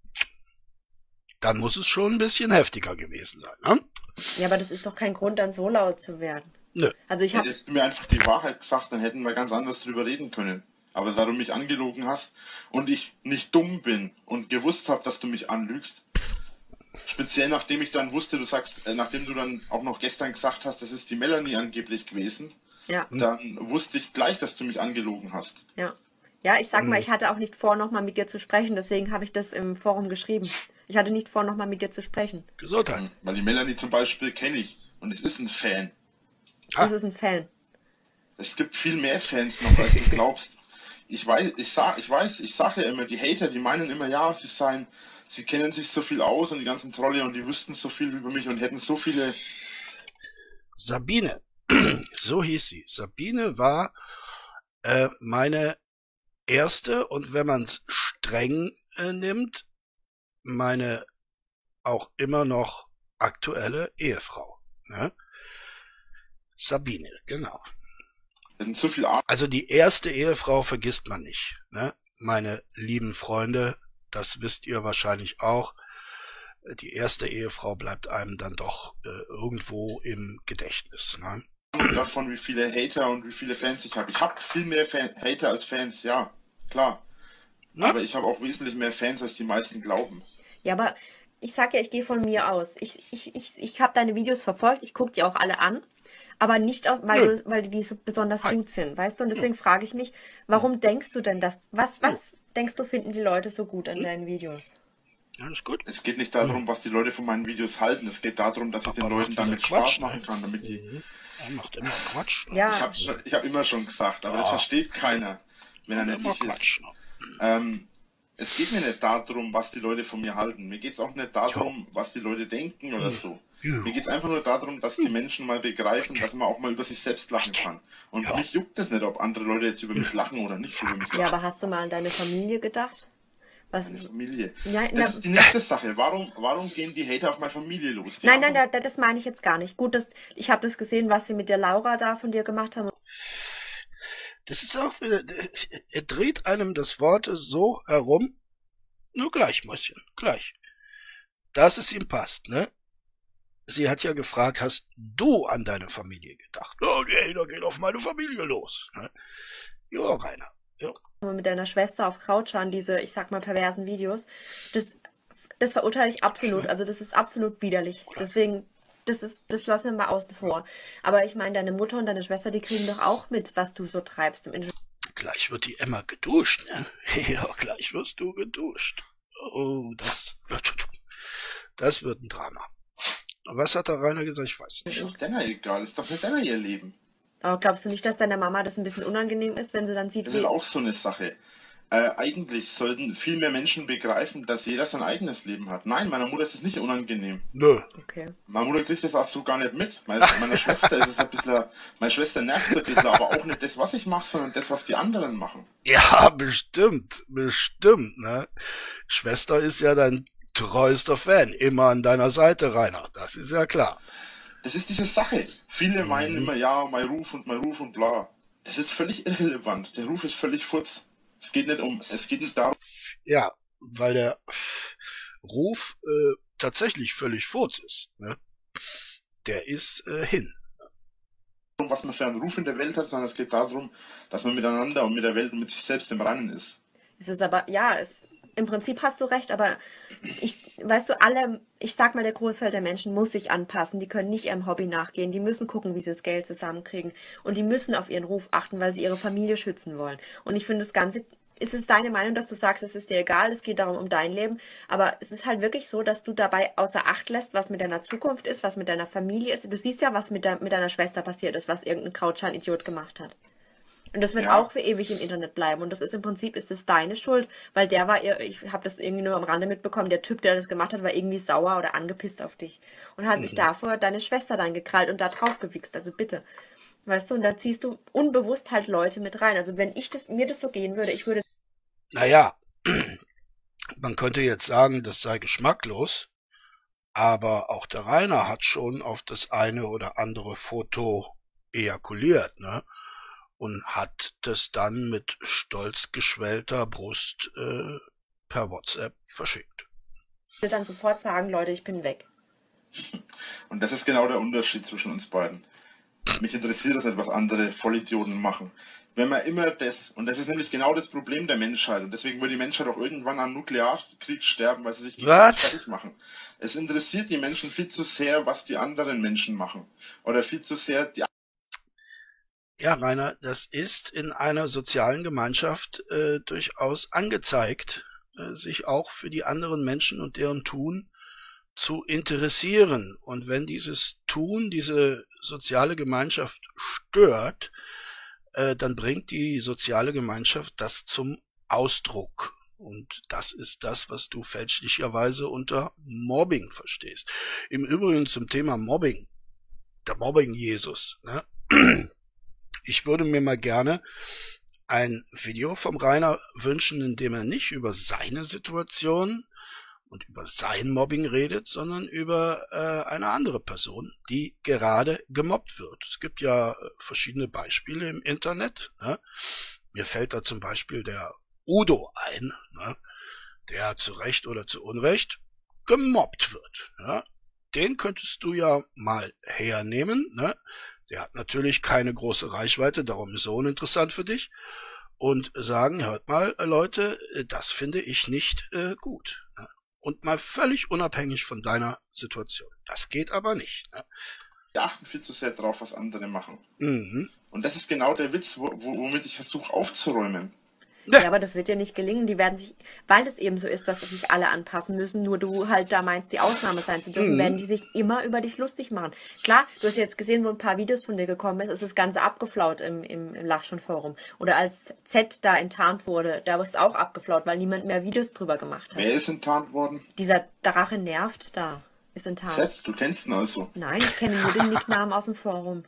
dann muss es schon ein bisschen heftiger gewesen sein. Ne? ja, aber das ist doch kein Grund, dann so laut zu werden. Nö. Also ich habe Hättest du mir einfach die Wahrheit gesagt, dann hätten wir ganz anders drüber reden können. Aber da du mich angelogen hast und ich nicht dumm bin und gewusst habe, dass du mich anlügst, speziell nachdem ich dann wusste, du sagst, äh, nachdem du dann auch noch gestern gesagt hast, das ist die Melanie angeblich gewesen, ja, dann wusste ich gleich, dass du mich angelogen hast. ja. Ja, ich sag mal, Mhm. ich hatte auch nicht vor, nochmal mit dir zu sprechen, deswegen habe ich das im Forum geschrieben. Ich hatte nicht vor, nochmal mit dir zu sprechen. Gesundheit. Weil die Melanie zum Beispiel kenne ich und es ist ein Fan. Ah. Das ist ein Fan. Es gibt viel mehr Fans noch, als du glaubst. Ich weiß, ich sag, ich weiß, ich sage ja immer, die Hater, die meinen immer, ja, sie seien, sie kennen sich so viel aus und die ganzen Trolle und die wüssten so viel über mich und hätten so viele. Sabine, so hieß sie. Sabine war äh, meine erste und wenn man es streng äh, nimmt, meine auch immer noch aktuelle Ehefrau. Ne? Sabine, genau. hätten so viel Ahnung. Also die erste Ehefrau vergisst man nicht. Ne? Meine lieben Freunde, das wisst ihr wahrscheinlich auch. Die erste Ehefrau bleibt einem dann doch äh, irgendwo im Gedächtnis. Ne? Davon, wie viele Hater und wie viele Fans ich habe. Ich habe viel mehr Fan Hater als Fans, ja, klar. Ne? Aber ich habe auch wesentlich mehr Fans, als die meisten glauben. Ja, aber ich sag ja, ich gehe von mir aus. Ich, ich, ich, ich habe deine Videos verfolgt, ich gucke die auch alle an, aber nicht, auf, weil, Nö. du, weil die so besonders Nein. gut sind, weißt du? Und deswegen frage ich mich, warum denkst du denn das? Was, was denkst du, finden die Leute so gut an deinen Videos? Alles gut? Es geht nicht darum, was die Leute von meinen Videos halten. Es geht darum, dass ich den Aber Leuten macht wieder damit Quatsch, Spaß machen ne? kann. Damit die, Mhm. Er macht immer Quatsch. Ne? ich Ja, habe ich hab immer schon gesagt, aber das Ja. versteht keiner, wenn er nicht Immer ich ist. Quatsch. Ne? Ähm, es geht mir nicht darum, was die Leute von mir halten. Mir geht es auch nicht darum, was die Leute denken oder so. Ja. Mir geht es einfach nur darum, dass die Menschen mal begreifen, dass man auch mal über sich selbst lachen kann. Und Ja. mich juckt es nicht, ob andere Leute jetzt über mich lachen oder nicht über mich ja, lachen. aber hast du mal an deine Familie gedacht? Was? Meine Familie. Ja, na, Das ist die nächste Sache. Warum, warum gehen die Hater auf meine Familie los? Die nein, nein, haben- da, das meine ich jetzt gar nicht. Gut, das, ich habe das gesehen, was sie mit der Laura da von dir gemacht haben. Das ist auch wieder, er dreht einem das Wort so herum, nur gleich, Mäuschen, gleich. Dass es ihm passt, ne? Sie hat ja gefragt, hast du an deine Familie gedacht? Oh, nee, da geht auf meine Familie los. Ne? Ja, Rainer. Ja. mit deiner Schwester auf Krautschan, diese, ich sag mal, perversen Videos, das, das verurteile ich absolut. Also das ist absolut widerlich. Deswegen, das ist, das lassen wir mal außen vor. Aber ich meine, deine Mutter und deine Schwester, die kriegen doch auch mit, was du so treibst im Internet. Gleich wird die Emma geduscht, ne? Ja, gleich wirst du geduscht. Oh, das, das wird ein Drama. Was hat der Rainer gesagt? Ich weiß Ist nicht. doch denen egal. Ist doch nicht denen ihr Leben. Aber glaubst du nicht, dass deiner Mama das ein bisschen unangenehm ist, wenn sie dann sieht, Das wie... ist auch so eine Sache. Äh, eigentlich sollten viel mehr Menschen begreifen, dass jeder sein eigenes Leben hat. Nein, meiner Mutter ist es nicht unangenehm. Nö. Okay. Meine Mutter kriegt das auch so gar nicht mit. Meine, meiner Schwester ist es ein bisschen, meine Schwester nervt ein bisschen, aber auch nicht das, was ich mache, sondern das, was die anderen machen. Ja, bestimmt, bestimmt, ne? Schwester ist ja dein treuester Fan, immer an deiner Seite, Rainer. Das ist ja klar. Das ist diese Sache. Viele Mhm. meinen immer, ja, mein Ruf und mein Ruf und bla. Das ist völlig irrelevant. Der Ruf ist völlig futz. Es geht nicht um, es geht nicht darum, Ja, weil der Ruf äh, tatsächlich völlig furz ist, ne? Der ist äh, hin. was man für einen Ruf in der Welt hat, sondern es geht darum, dass man miteinander und mit der Welt und mit sich selbst im Reinen ist. Es ist aber, ja, es, im Prinzip hast du recht, aber ich, weißt du, alle, ich sag mal, der Großteil der Menschen muss sich anpassen. Die können nicht ihrem Hobby nachgehen. Die müssen gucken, wie sie das Geld zusammenkriegen. Und die müssen auf ihren Ruf achten, weil sie ihre Familie schützen wollen. Und ich finde das Ganze, ist es deine Meinung, dass du sagst, es ist dir egal, es geht darum um dein Leben. Aber es ist halt wirklich so, dass du dabei außer Acht lässt, was mit deiner Zukunft ist, was mit deiner Familie ist. Du siehst ja, was mit, de mit deiner Schwester passiert ist, was irgendein Krautschein-Idiot gemacht hat. Und das wird Ja. auch für ewig im Internet bleiben. Und das ist im Prinzip, ist es deine Schuld, weil der war, ihr- ich habe das irgendwie nur am Rande mitbekommen, der Typ, der das gemacht hat, war irgendwie sauer oder angepisst auf dich. Und hat sich davor deine Schwester dann gekrallt und da drauf gewichst. Also bitte. Weißt du, und da ziehst du unbewusst halt Leute mit rein. Also wenn ich das, mir das so gehen würde, ich würde, Naja, man könnte jetzt sagen, das sei geschmacklos, aber auch der Rainer hat schon auf das eine oder andere Foto ejakuliert, ne? Und hat das dann mit stolz geschwellter Brust äh, per WhatsApp verschickt. dann sofort sagen, Leute, ich bin weg. Und das ist genau der Unterschied zwischen uns beiden. Mich interessiert das nicht, was andere Vollidioten machen. Wenn man immer das, und das ist nämlich genau das Problem der Menschheit, und deswegen wird die Menschheit auch irgendwann am Nuklearkrieg sterben, weil sie sich gegenseitig Was? fertig machen. Es interessiert die Menschen viel zu sehr, was die anderen Menschen machen. Oder viel zu sehr die Ja, Rainer, das ist in einer sozialen Gemeinschaft äh, durchaus angezeigt, äh, sich auch für die anderen Menschen und deren Tun zu interessieren. Und wenn dieses Tun diese soziale Gemeinschaft stört, äh, dann bringt die soziale Gemeinschaft das zum Ausdruck. Und das ist das, was du fälschlicherweise unter Mobbing verstehst. Im Übrigen zum Thema Mobbing, der Mobbing-Jesus, ne? Ich würde mir mal gerne ein Video vom Rainer wünschen, in dem er nicht über seine Situation und über sein Mobbing redet, sondern über äh, eine andere Person, die gerade gemobbt wird. Es gibt ja äh, verschiedene Beispiele im Internet. Ne? Mir fällt da zum Beispiel der Udo ein, ne? Der zu Recht oder zu Unrecht gemobbt wird. Ja? Den könntest du ja mal hernehmen, ne? Der hat natürlich keine große Reichweite, darum ist er uninteressant für dich. Und sagen, hört mal, äh, Leute, äh, das finde ich nicht äh, gut. Ne? Und mal völlig unabhängig von deiner Situation. Das geht aber nicht. Ne? Die achten viel zu sehr drauf, was andere machen. Mhm. Und das ist genau der Witz, wo, wo, womit ich versuche aufzuräumen. Ja, aber das wird dir nicht gelingen. Die werden sich, weil es eben so ist, dass sich alle anpassen müssen, nur du halt da meinst, die Ausnahme sein zu dürfen, Mhm. werden die sich immer über dich lustig machen. Klar, du hast jetzt gesehen, wo ein paar Videos von dir gekommen ist, ist das Ganze abgeflaut im, im, im Lachschon-Forum. Oder als Z da enttarnt wurde, da ist es auch abgeflaut, weil niemand mehr Videos drüber gemacht hat. Wer ist enttarnt worden? Dieser Drache nervt da, ist enttarnt. Seth, du kennst ihn also. Nein, ich kenne nur den Nicknamen aus dem Forum.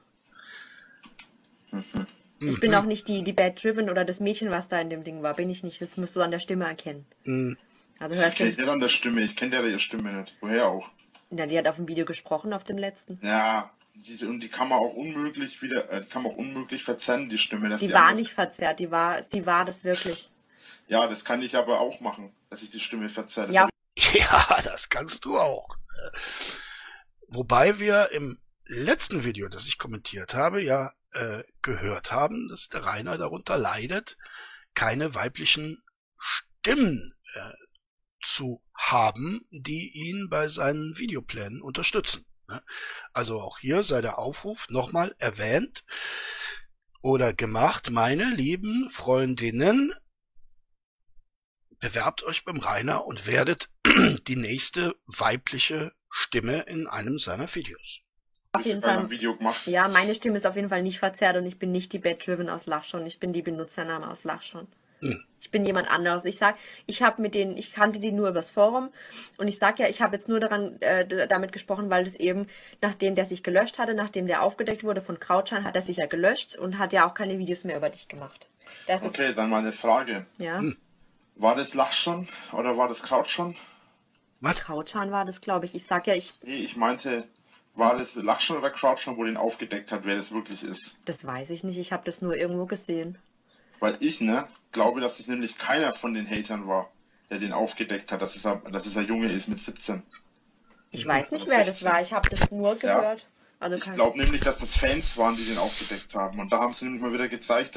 Mhm. Ich bin auch nicht die, die Bad Driven oder das Mädchen, was da in dem Ding war. Bin ich nicht. Das musst du an der Stimme erkennen. Mhm. Also Ich hörst kenne du. nicht an der Stimme, ich kenne ja ihre Stimme nicht. Woher auch? Na, die hat auf dem Video gesprochen, auf dem letzten. Ja, die, und die kann man auch unmöglich wieder, äh, die kann man auch unmöglich verzerren, die Stimme. Dass Die die war anders- nicht verzerrt, die war, sie war das wirklich. Ja, das kann ich aber auch machen, dass ich die Stimme verzerre. Das Ja. hab Ja, das kannst du auch. Wobei wir im letzten Video, das ich kommentiert habe, ja äh, gehört haben, dass der Rainer darunter leidet, keine weiblichen Stimmen äh, zu haben, die ihn bei seinen Videoplänen unterstützen. Ne? Also auch hier sei der Aufruf nochmal erwähnt oder gemacht, meine lieben Freundinnen, bewerbt euch beim Rainer und werdet die nächste weibliche Stimme in einem seiner Videos. Auf jeden ich bei einem Fall. Video gemacht. Ja, meine Stimme ist auf jeden Fall nicht verzerrt und ich bin nicht die Bad Driven aus Lachschon. Ich bin die Benutzername aus Lachschon. Hm. Ich bin jemand anderes. Ich sag, ich habe mit denen, ich kannte die nur übers Forum und ich sag ja, ich habe jetzt nur daran äh, d- damit gesprochen, weil das eben, nachdem der sich gelöscht hatte, nachdem der aufgedeckt wurde von Krautschein, hat er sich ja gelöscht und hat ja auch keine Videos mehr über dich gemacht. Das ist, Okay, dann mal eine Frage. ja, Hm. War das Lachschon oder war das Krautschon? Was? Krautschein war das, glaube ich. Ich sag ja, ich, Nee, ich meinte, war das Lachschon oder Krautschon, wo den aufgedeckt hat, wer das wirklich ist? das weiß ich nicht, ich habe das nur irgendwo gesehen. Weil ich, ne, glaube, dass es nämlich keiner von den Hatern war, der den aufgedeckt hat, dass es ein, dass es ein Junge ist mit siebzehn. Ich weiß nicht, wer das war, ich habe das nur gehört. Also Ich kein, glaube nämlich, dass das Fans waren, die den aufgedeckt haben. Und da haben sie nämlich mal wieder gezeigt, dass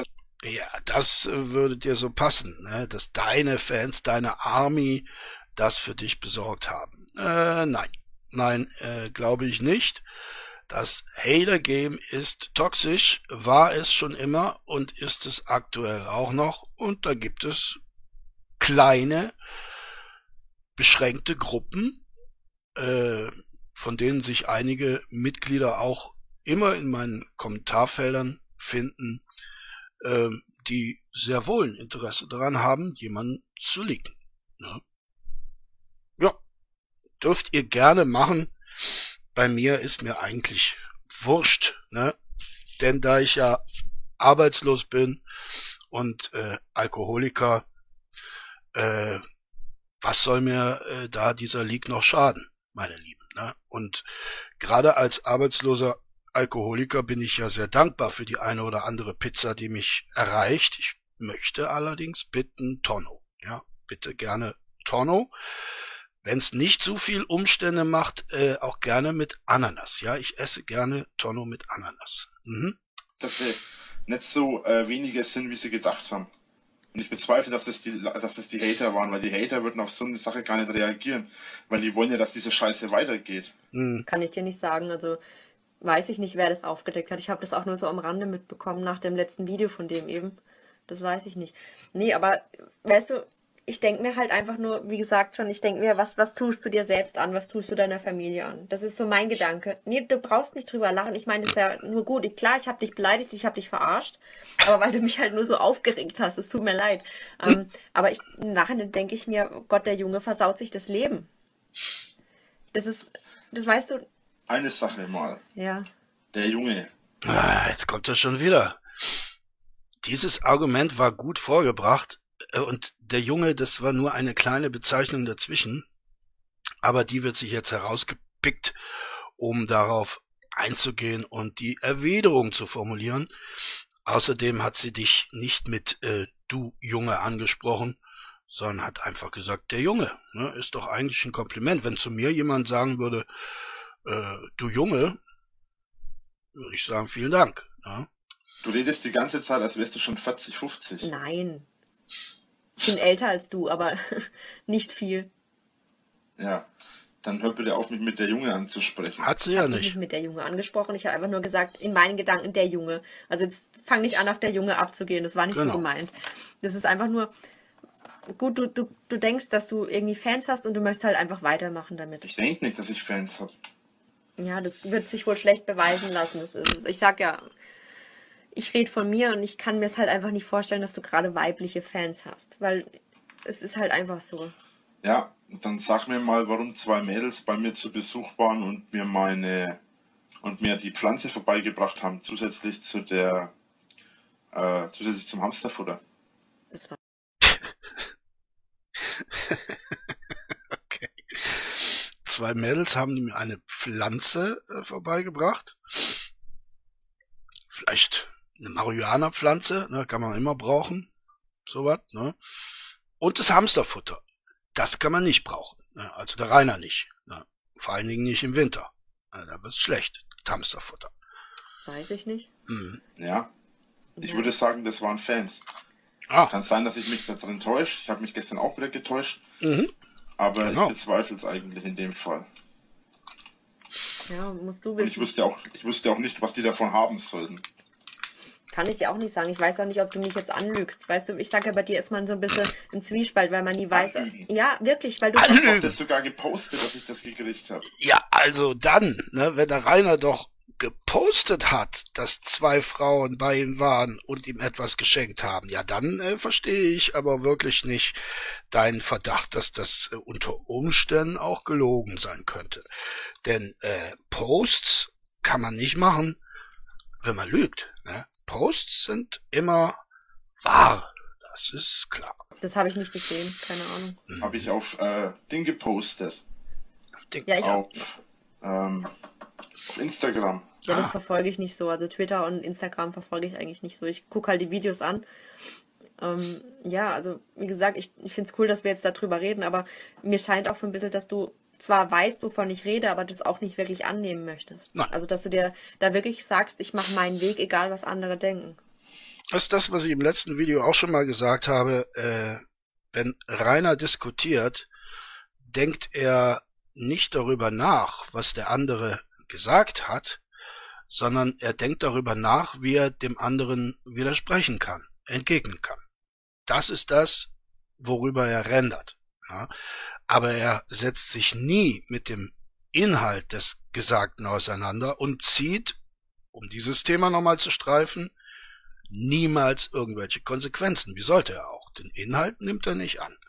Ja, das äh, würde dir so passen, ne? Dass deine Fans, deine Army das für dich besorgt haben. Äh, nein. Nein, äh, glaube ich nicht. Das Hater-Game ist toxisch, war es schon immer und ist es aktuell auch noch. Und da gibt es kleine, beschränkte Gruppen, äh, von denen sich einige Mitglieder auch immer in meinen Kommentarfeldern finden, äh, die sehr wohl ein Interesse daran haben, jemanden zu leaken. Ne? Ja, dürft ihr gerne machen. Bei mir ist mir eigentlich wurscht, ne? Denn da ich ja arbeitslos bin und äh, Alkoholiker, äh, was soll mir äh, da dieser Leak noch schaden, meine Lieben, ne? Und gerade als arbeitsloser Alkoholiker bin ich ja sehr dankbar für die eine oder andere Pizza, die mich erreicht. Ich möchte allerdings bitten Tonno, ja, bitte gerne Tonno. Wenn es nicht zu viel Umstände macht, äh, auch gerne mit Ananas. Ja, ich esse gerne Tonno mit Ananas. Mhm. Dass sie nicht so äh, wenige sind, wie sie gedacht haben. Und ich bezweifle, dass das, die, dass das die Hater waren, weil die Hater würden auf so eine Sache gar nicht reagieren, weil die wollen ja, dass diese Scheiße weitergeht. Mhm. Kann ich dir nicht sagen, also weiß ich nicht, wer das aufgedeckt hat. Ich habe das auch nur so am Rande mitbekommen nach dem letzten Video von dem eben. Das weiß ich nicht. Nee, aber weißt du, ich denke mir halt einfach nur, wie gesagt schon, ich denke mir, was, was tust du dir selbst an, was tust du deiner Familie an? Das ist so mein Gedanke. Nee, du brauchst nicht drüber lachen. Ich meine, das ist ja nur gut. Ich, klar, ich habe dich beleidigt, ich habe dich verarscht, aber weil du mich halt nur so aufgeregt hast, es tut mir leid. Ähm, aber ich, im Nachhinein denke ich mir, oh Gott, der Junge versaut sich das Leben. Das ist, das weißt du, Eine Sache mal, ja. der Junge, Ah, jetzt kommt er schon wieder. Dieses Argument war gut vorgebracht äh, und der Junge, das war nur eine kleine Bezeichnung dazwischen, aber die wird sich jetzt herausgepickt, um darauf einzugehen und die Erwiderung zu formulieren. Außerdem hat sie dich nicht mit äh, du Junge angesprochen, sondern hat einfach gesagt, der Junge, ne, ist doch eigentlich ein Kompliment. Wenn zu mir jemand sagen würde, äh, du Junge, würde ich sagen, vielen Dank. Ja. du redest die ganze Zeit, als wärst du schon vierzig, fünfzig. Nein. Ich bin älter als du, aber nicht viel. Ja, dann hör bitte auf, mich mit der Junge anzusprechen. Hat sie Ich ja habe mich nicht. nicht mit der Junge angesprochen. Ich habe einfach nur gesagt, in meinen Gedanken der Junge. Also jetzt fang nicht an, auf der Junge abzugehen. Das war nicht Genau. so gemeint. Das ist einfach nur, gut, du, du, du denkst, dass du irgendwie Fans hast und du möchtest halt einfach weitermachen damit. Ich denke nicht, dass ich Fans habe. Ja, das wird sich wohl schlecht beweisen lassen. Das ist es. Ich sag ja, ich rede von mir und ich kann mir es halt einfach nicht vorstellen, dass du gerade weibliche Fans hast. Weil es ist halt einfach so. Ja, dann sag mir mal, warum zwei Mädels bei mir zu Besuch waren und mir meine und mir die Pflanze vorbeigebracht haben, zusätzlich zu der äh, zusätzlich zum Hamsterfutter. Das war Okay. Zwei Mädels haben mir eine Pflanze äh, vorbeigebracht. Vielleicht eine Marihuana-Pflanze, ne, kann man immer brauchen. Sowas, ne? Und das Hamsterfutter. Das kann man nicht brauchen. Ne? Also der Rainer nicht. Ne? Vor allen Dingen nicht im Winter. Ne? Da wird's schlecht. Das Hamsterfutter. weiß ich nicht. Mhm. Ja, ich Ja. würde sagen, das waren Fans. Ah, Kann sein, dass ich mich da drin täusche. Ich habe mich gestern auch wieder getäuscht, mhm. aber Genau. ich bezweifle es eigentlich in dem Fall. Ja, musst du Und ich wissen. wusste auch, ich wusste auch nicht, was die davon haben sollten. Kann ich dir auch nicht sagen. Ich weiß auch nicht, ob du mich jetzt anlügst. Weißt du, ich sage ja, bei dir ist man so ein bisschen im Zwiespalt, weil man nie weiß. Anlügen. Ja, wirklich, weil du. Ich habe Anlügen. das sogar gepostet, dass ich das gekriegt habe. Ja, also dann, ne, wenn der Rainer doch gepostet hat, dass zwei Frauen bei ihm waren und ihm etwas geschenkt haben, ja, dann äh, verstehe ich aber wirklich nicht deinen Verdacht, dass das äh, unter Umständen auch gelogen sein könnte. Denn äh, Posts kann man nicht machen, wenn man lügt. Ne? Posts sind immer wahr. Das ist klar. Das habe ich nicht gesehen, keine Ahnung. Habe ich auf äh, Ding gepostet. Ding. Ja, ich Auf, ähm, auf Instagram. Ja, das Ah. verfolge ich nicht so. Also Twitter und Instagram verfolge ich eigentlich nicht so. Ich gucke halt die Videos an. Ähm, ja, also wie gesagt, ich, ich finde es cool, dass wir jetzt darüber reden, aber mir scheint auch so ein bisschen, dass du zwar weißt, wovon ich rede, aber das auch nicht wirklich annehmen möchtest. Nein. Also dass du dir da wirklich sagst, ich mache meinen Weg, egal was andere denken. Das ist das, was ich im letzten Video auch schon mal gesagt habe. Äh, wenn Rainer diskutiert, denkt er nicht darüber nach, was der andere gesagt hat, sondern er denkt darüber nach, wie er dem anderen widersprechen kann, entgegnen kann. Das ist das, worüber er rendert. Ja? Aber er setzt sich nie mit dem Inhalt des Gesagten auseinander und zieht, um dieses Thema nochmal zu streifen, niemals irgendwelche Konsequenzen. Wie sollte er auch? Den Inhalt nimmt er nicht an.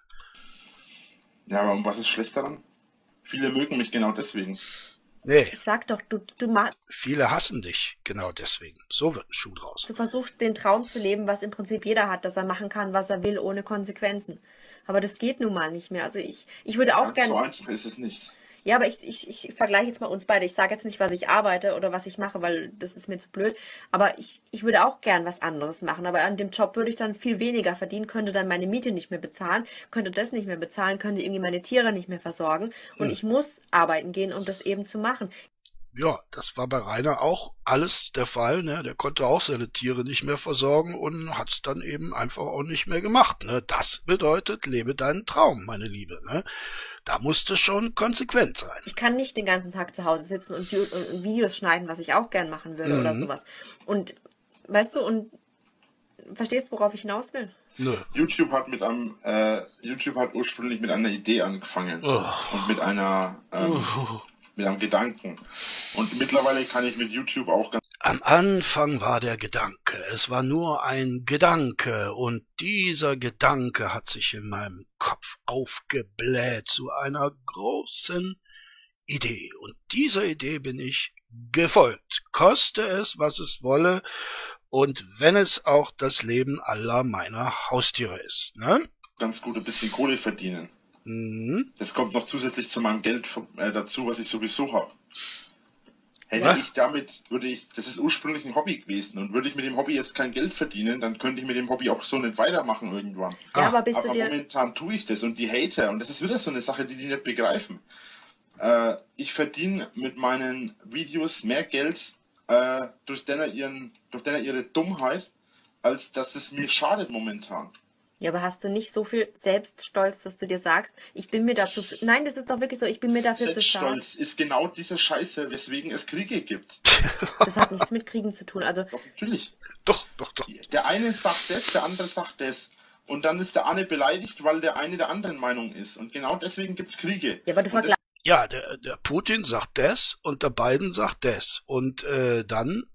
Ja, aber um was ist schlecht daran? Viele mögen mich genau deswegen. Nee, Ich sag doch, du, du machst, viele hassen dich genau deswegen. So wird ein Schuh draus. du versuchst den Traum zu leben, was im Prinzip jeder hat, dass er machen kann, was er will, ohne Konsequenzen. Aber das geht nun mal nicht mehr. Also ich, ich würde auch Ganz gerne. so einfach ist es nicht. Ja, aber ich, ich, ich vergleiche jetzt mal uns beide. Ich sage jetzt nicht, was ich arbeite oder was ich mache, weil das ist mir zu blöd. Aber ich, ich würde auch gern was anderes machen. Aber an dem Job würde ich dann viel weniger verdienen, könnte dann meine Miete nicht mehr bezahlen, könnte das nicht mehr bezahlen, könnte irgendwie meine Tiere nicht mehr versorgen. Und Hm. ich muss arbeiten gehen, um das eben zu machen. Ja, das war bei Rainer auch alles der Fall, ne? Der konnte auch seine Tiere nicht mehr versorgen und hat's dann eben einfach auch nicht mehr gemacht, ne? Das bedeutet, lebe deinen Traum, meine Liebe, ne? Da musste schon konsequent sein. Ich kann nicht den ganzen Tag zu Hause sitzen und, Vi- und Videos schneiden, was ich auch gern machen würde oder Mhm. sowas. Und, weißt du, und verstehst, worauf ich hinaus will? Nö. YouTube hat mit einem, äh, YouTube hat ursprünglich mit einer Idee angefangen Oh. und mit einer, ähm, Uh. mit einem Gedanken. Und mittlerweile kann ich mit YouTube auch ganz Am Anfang war der Gedanke, es war nur ein Gedanke, und dieser Gedanke hat sich in meinem Kopf aufgebläht zu einer großen Idee. Und dieser Idee bin ich gefolgt, koste es, was es wolle, und wenn es auch das Leben aller meiner Haustiere ist, ne? ganz gut ein bisschen Kohle verdienen. Mhm. Das kommt noch zusätzlich zu meinem Geld äh, dazu, was ich sowieso habe. Hätte Was? ich damit, würde ich, das ist ursprünglich ein Hobby gewesen, und würde ich mit dem Hobby jetzt kein Geld verdienen, dann könnte ich mit dem Hobby auch so nicht weitermachen irgendwann. Ja, Ah, aber bist Aber du dir. momentan tue ich das, und die Hater, und das ist wieder so eine Sache, die die nicht begreifen. Äh, ich verdiene mit meinen Videos mehr Geld äh, durch, deiner ihren, durch deiner ihre Dummheit, als dass es mir schadet momentan. Ja, aber hast du nicht so viel Selbststolz, dass du dir sagst, ich bin mir dazu. Nein, das ist doch wirklich so, ich bin mir dafür zu schade. Selbststolz ist genau diese Scheiße, weswegen es Kriege gibt. Das hat nichts mit Kriegen zu tun. Also, Doch, natürlich. Doch, doch, doch. Der eine sagt das, der andere sagt das. Und dann ist der eine beleidigt, weil der eine der anderen Meinung ist. Und genau deswegen gibt's Kriege. ja, aber du Und das- vergleichst. Ja, der, der Putin sagt das und der Biden sagt das. Und äh, dann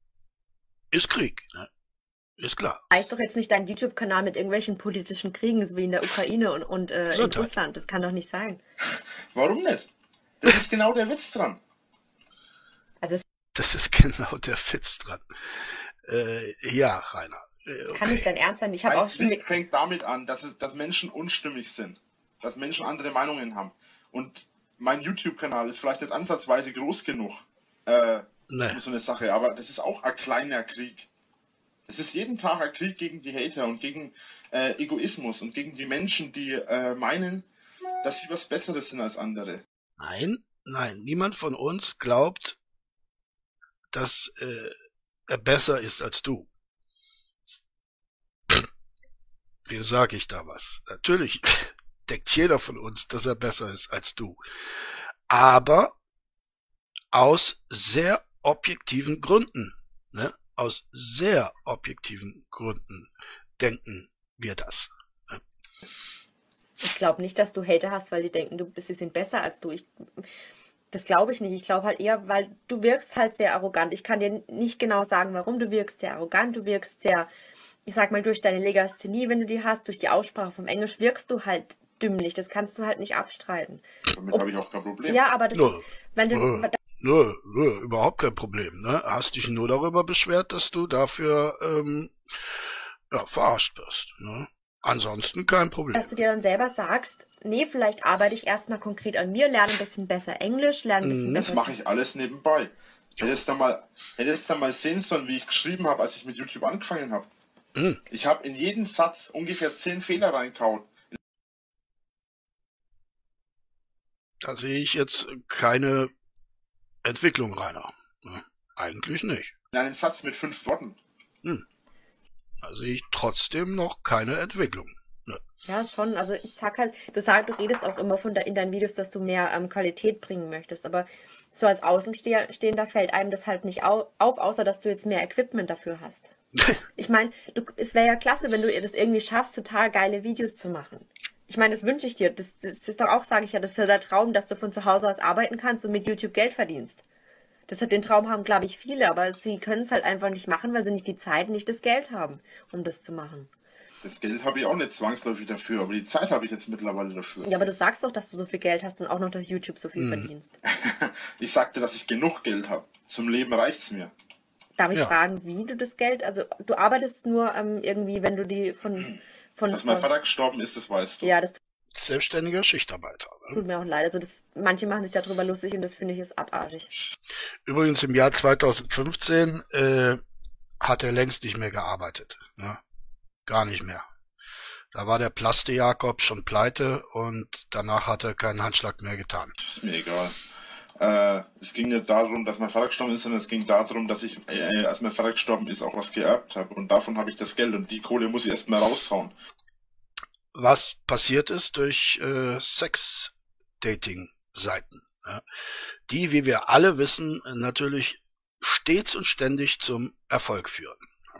ist Krieg, ne? Ist klar. doch jetzt nicht deinen YouTube-Kanal mit irgendwelchen politischen Kriegen, so wie in der Ukraine und, und äh, in Gesundheit. Russland. Das kann doch nicht sein. Warum nicht? Das ist genau der Witz dran. Also, es Das ist genau der Witz dran. Äh, ja, Rainer. Äh, kann nicht okay. dein Ernst sein. Ich habe Mein auch schon. Krieg fängt damit an, dass, es, dass Menschen unstimmig sind. Dass Menschen andere Meinungen haben. Und mein YouTube-Kanal ist vielleicht nicht ansatzweise groß genug. Äh, Nee. um so eine Sache, aber das ist auch ein kleiner Krieg. Es ist jeden Tag ein Krieg gegen die Hater und gegen äh, Egoismus und gegen die Menschen, die äh, meinen, dass sie was Besseres sind als andere. Nein, nein, niemand von uns glaubt, dass äh, er besser ist als du. Wem sage ich da was? Natürlich denkt jeder von uns, dass er besser ist als du. Aber aus sehr objektiven Gründen, ne? Aus sehr objektiven Gründen denken wir das. Ich glaube nicht, dass du Hater hast, weil die denken, du sie sind besser als du. Ich, das glaube ich nicht. Ich glaube halt eher, weil du wirkst halt sehr arrogant. Ich kann dir nicht genau sagen, warum. Du wirkst sehr arrogant, du wirkst sehr, ich sag mal, durch deine Legasthenie, wenn du die hast, durch die Aussprache vom Englisch, wirkst du halt dümmlich. Das kannst du halt nicht abstreiten. Damit Ob- habe ich auch kein Problem. Ja, aber das Nö. ist, wenn du, Nö. Nö, nö, überhaupt kein Problem, ne? Hast dich nur darüber beschwert, dass du dafür ähm, ja, verarscht wirst, ne? Ansonsten kein Problem. dass du dir dann selber sagst, nee, vielleicht arbeite ich erstmal konkret an mir, lerne ein bisschen besser Englisch, lerne ein bisschen Mhm. Das besser. mache ich alles nebenbei. Hättest du mal, hättest du mal sehen sollen, wie ich geschrieben habe, als ich mit YouTube angefangen habe. Mhm. Ich habe in jeden Satz ungefähr zehn Fehler reinkaut. Da sehe ich jetzt keine Entwicklung, Rainer. Ne? Eigentlich nicht. In einen Satz mit fünf Worten. Da sehe ich trotzdem noch keine Entwicklung. Ne? Ja, schon. Also ich sag halt, du sagst, du redest auch immer von der, in deinen Videos, dass du mehr ähm, Qualität bringen möchtest, aber so als Außenstehender fällt einem das halt nicht au auf, außer dass du jetzt mehr Equipment dafür hast. Ich meine, es wäre ja klasse, wenn du ihr das irgendwie schaffst, total geile Videos zu machen. Ich meine, das wünsche ich dir. Das, das ist doch auch, sage ich ja, das ist ja der Traum, dass du von zu Hause aus arbeiten kannst und mit YouTube Geld verdienst. Das hat den Traum haben, glaube ich, viele, aber sie können es halt einfach nicht machen, weil sie nicht die Zeit, nicht das Geld haben, um das zu machen. Das Geld habe ich auch nicht zwangsläufig dafür, aber die Zeit habe ich jetzt mittlerweile dafür. Ja, aber du sagst doch, dass du so viel Geld hast und auch noch durch YouTube so viel Hm. verdienst. Ich sagte, dass ich genug Geld habe. Zum Leben reicht's mir. Darf ich Ja. fragen, wie du das Geld, also du arbeitest nur ähm, irgendwie, wenn du die von, von, Dass mein von Vater gestorben ist, das weißt du. ja, das Selbstständiger Schichtarbeiter. Ne? tut mir auch leid. Also das, manche machen sich darüber lustig und das finde ich ist abartig. Übrigens im Jahr zweitausendfünfzehn äh, hat er längst nicht mehr gearbeitet. Ne? Gar nicht mehr. Da war der Plaste Jakob schon pleite und danach hat er keinen Handschlag mehr getan. Ist mir egal. Äh, es ging nicht darum, dass mein Vater gestorben ist, sondern es ging darum, dass ich, äh, als mein Vater gestorben ist, auch was geerbt habe. Und davon habe ich das Geld und die Kohle muss ich erstmal raushauen. Was passiert ist durch äh, Sex-Dating-Seiten, ja, die, wie wir alle wissen, natürlich stets und ständig zum Erfolg führen.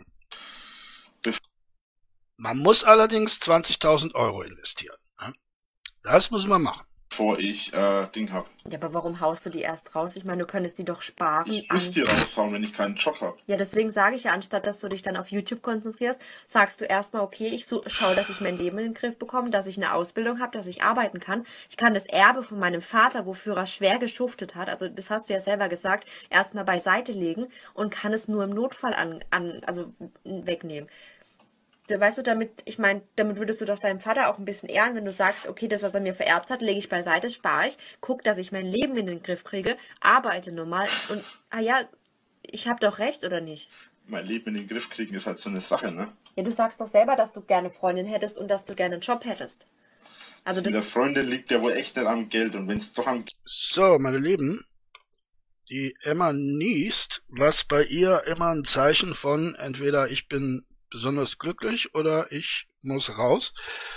Man muss allerdings zwanzigtausend Euro investieren. Ja. Das muss man machen. Bevor ich äh, Ding habe. Ja, aber warum haust du die erst raus? Ich meine, du könntest die doch sparen. Ich muss die raushauen, wenn ich keinen Job habe. Ja, deswegen sage ich ja, anstatt dass du dich dann auf YouTube konzentrierst, sagst du erstmal, okay, ich so, schaue, dass ich mein Leben in den Griff bekomme, dass ich eine Ausbildung habe, dass ich arbeiten kann. Ich kann das Erbe von meinem Vater, wofür er schwer geschuftet hat, also das hast du ja selber gesagt, erstmal beiseite legen und kann es nur im Notfall an, an also wegnehmen. Weißt du, damit, ich meine, damit würdest du doch deinem Vater auch ein bisschen ehren, wenn du sagst, okay, das, was er mir vererbt hat, lege ich beiseite, spare ich, guck, dass ich mein Leben in den Griff kriege, arbeite normal und, ah ja, ich habe doch recht, oder nicht? Mein Leben in den Griff kriegen ist halt so eine Sache, ne? Ja, du sagst doch selber, dass du gerne Freundin hättest und dass du gerne einen Job hättest. Also Mit der das, Freundin liegt ja wohl echt nicht am Geld und wenn es doch am So, meine Lieben, die Emma niest, was bei ihr immer ein Zeichen von entweder ich bin besonders glücklich oder ich muss raus.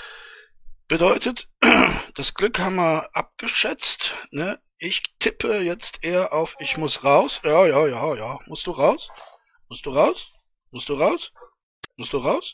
Bedeutet, das Glück haben wir abgeschätzt, ne? Ich tippe jetzt eher auf ich muss raus. Ja, ja, ja, ja. Musst du raus? Musst du raus? Musst du raus? Musst du raus?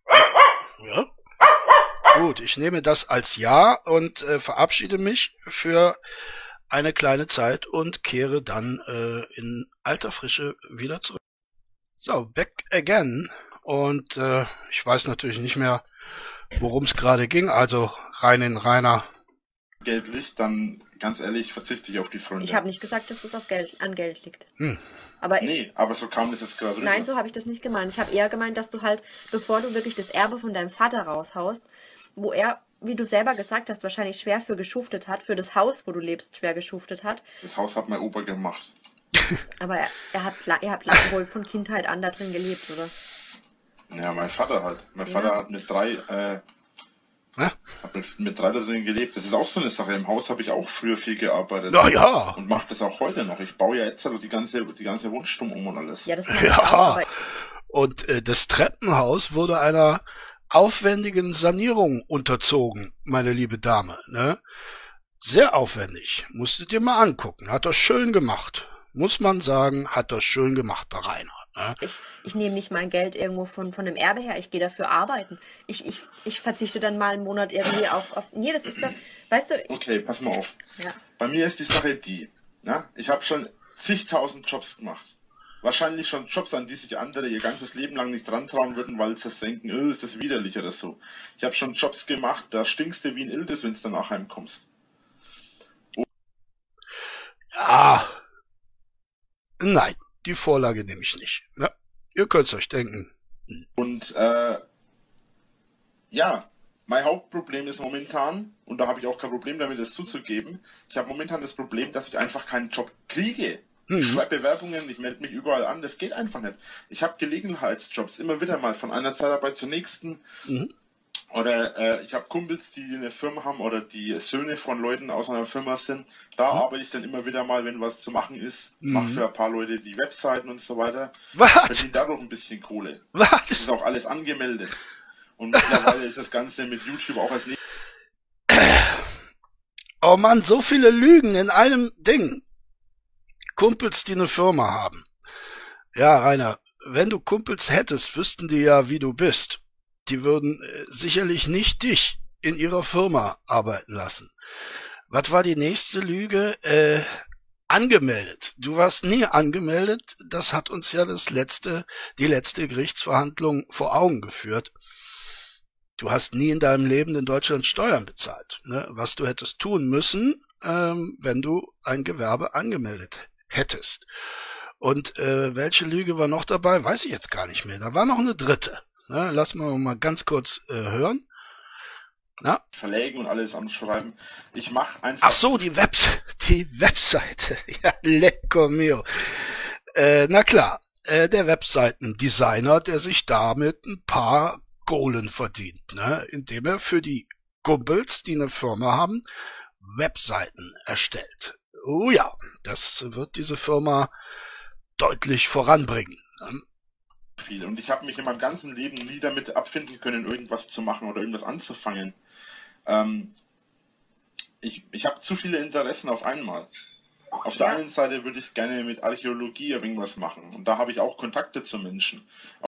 Ja. Gut, ich nehme das als Ja und äh, verabschiede mich für eine kleine Zeit und kehre dann äh, in alter Frische wieder zurück. So, back again. Und äh, ich weiß natürlich nicht mehr, worum es gerade ging. Also rein in reiner. Geld liegt, dann ganz ehrlich verzichte ich auf die Freundin. ich habe nicht gesagt, dass das auf Geld, an Geld liegt. Hm. Aber Nee, aber so kam das jetzt gerade rüber. nein, so habe ich das nicht gemeint. Ich habe eher gemeint, dass du halt, bevor du wirklich das Erbe von deinem Vater raushaust, wo er, wie du selber gesagt hast, wahrscheinlich schwer für geschuftet hat, für das Haus, wo du lebst, schwer geschuftet hat. Das Haus hat mein Opa gemacht. Aber er, er hat, la- er hat lange wohl von Kindheit an da drin gelebt, oder? Ja, mein Vater halt. Mein Ja. Vater hat mit drei, äh, Hä? hat mit, mit drei da drin gelebt. Das ist auch so eine Sache. Im Haus habe ich auch früher viel gearbeitet. Na ja. Und mache das auch heute noch. Ich baue ja jetzt also die ganze, die ganze Wohnstube um und alles. Ja, das meine ich Ja. auch, aber Und äh, das Treppenhaus wurde einer aufwendigen Sanierung unterzogen, meine liebe Dame. Ne? Sehr aufwendig. Musst du dir mal angucken. Hat das schön gemacht. Muss man sagen, hat das schön gemacht, der Rainer. Ne? ich, ich nehme nicht mein Geld irgendwo von, von dem Erbe her, ich gehe dafür arbeiten. Ich, ich, ich verzichte dann mal einen Monat irgendwie auf, auf nee, das ist ja, weißt du, ich, Okay, pass mal auf. ja, Bei mir ist die Sache die, ja, ich habe schon zigtausend Jobs gemacht. Wahrscheinlich schon Jobs, an die sich andere ihr ganzes Leben lang nicht dran trauen würden, weil sie denken, oh, ist das widerlich oder so. Ich habe schon Jobs gemacht, da stinkst du wie ein Iltis, wenn du danach heimkommst. Ja. Nein, die Vorlage nehme ich nicht. Ne? Ihr könnt's euch denken. Und äh, ja, mein Hauptproblem ist momentan, und da habe ich auch kein Problem damit, das zuzugeben, ich habe momentan das Problem, dass ich einfach keinen Job kriege. Ich Mhm. schreibe Bewerbungen, ich melde mich überall an, das geht einfach nicht. Ich habe Gelegenheitsjobs, immer wieder mal von einer Zeitarbeit zur nächsten. Mhm. Oder äh, ich habe Kumpels, die eine Firma haben oder die Söhne von Leuten aus einer Firma sind. Da Hm? arbeite ich dann immer wieder mal, wenn was zu machen ist. Mache Mhm. für ein paar Leute die Webseiten und so weiter. Was? Verdiene dadurch ein bisschen Kohle. Das Was? ist auch alles angemeldet. Und mittlerweile ist das Ganze mit YouTube auch als nächstes. Oh Mann, so viele Lügen in einem Ding. Kumpels, die eine Firma haben. Ja, Rainer, wenn du Kumpels hättest, wüssten die ja, wie du bist. Die würden äh, sicherlich nicht dich in ihrer Firma arbeiten lassen. Was war die nächste Lüge? Äh, angemeldet. Du warst nie angemeldet. Das hat uns ja das letzte, die letzte Gerichtsverhandlung vor Augen geführt. Du hast nie in deinem Leben in Deutschland Steuern bezahlt, ne? Was du hättest tun müssen, ähm, wenn du ein Gewerbe angemeldet hättest. Und äh, welche Lüge war noch dabei? Weiß ich jetzt gar nicht mehr. Da war noch eine dritte. Ne? Lass mal mal ganz kurz äh, hören. Na? Verlägen und alles anschreiben. Ich mache einfach. Ach so, die Webs, die Webseite. Ja, lecco mio. Äh, na klar, äh, der Webseitendesigner, der sich damit ein paar Kohlen verdient, ne? Indem er für die Kumpels, die eine Firma haben, Webseiten erstellt. Oh ja, das wird diese Firma deutlich voranbringen. Ne? Viel. Und ich habe mich in meinem ganzen Leben nie damit abfinden können, irgendwas zu machen oder irgendwas anzufangen. Ähm, ich ich habe zu viele Interessen auf einmal. Auf der Ja. einen Seite würde ich gerne mit Archäologie irgendwas machen. Und da habe ich auch Kontakte zu Menschen.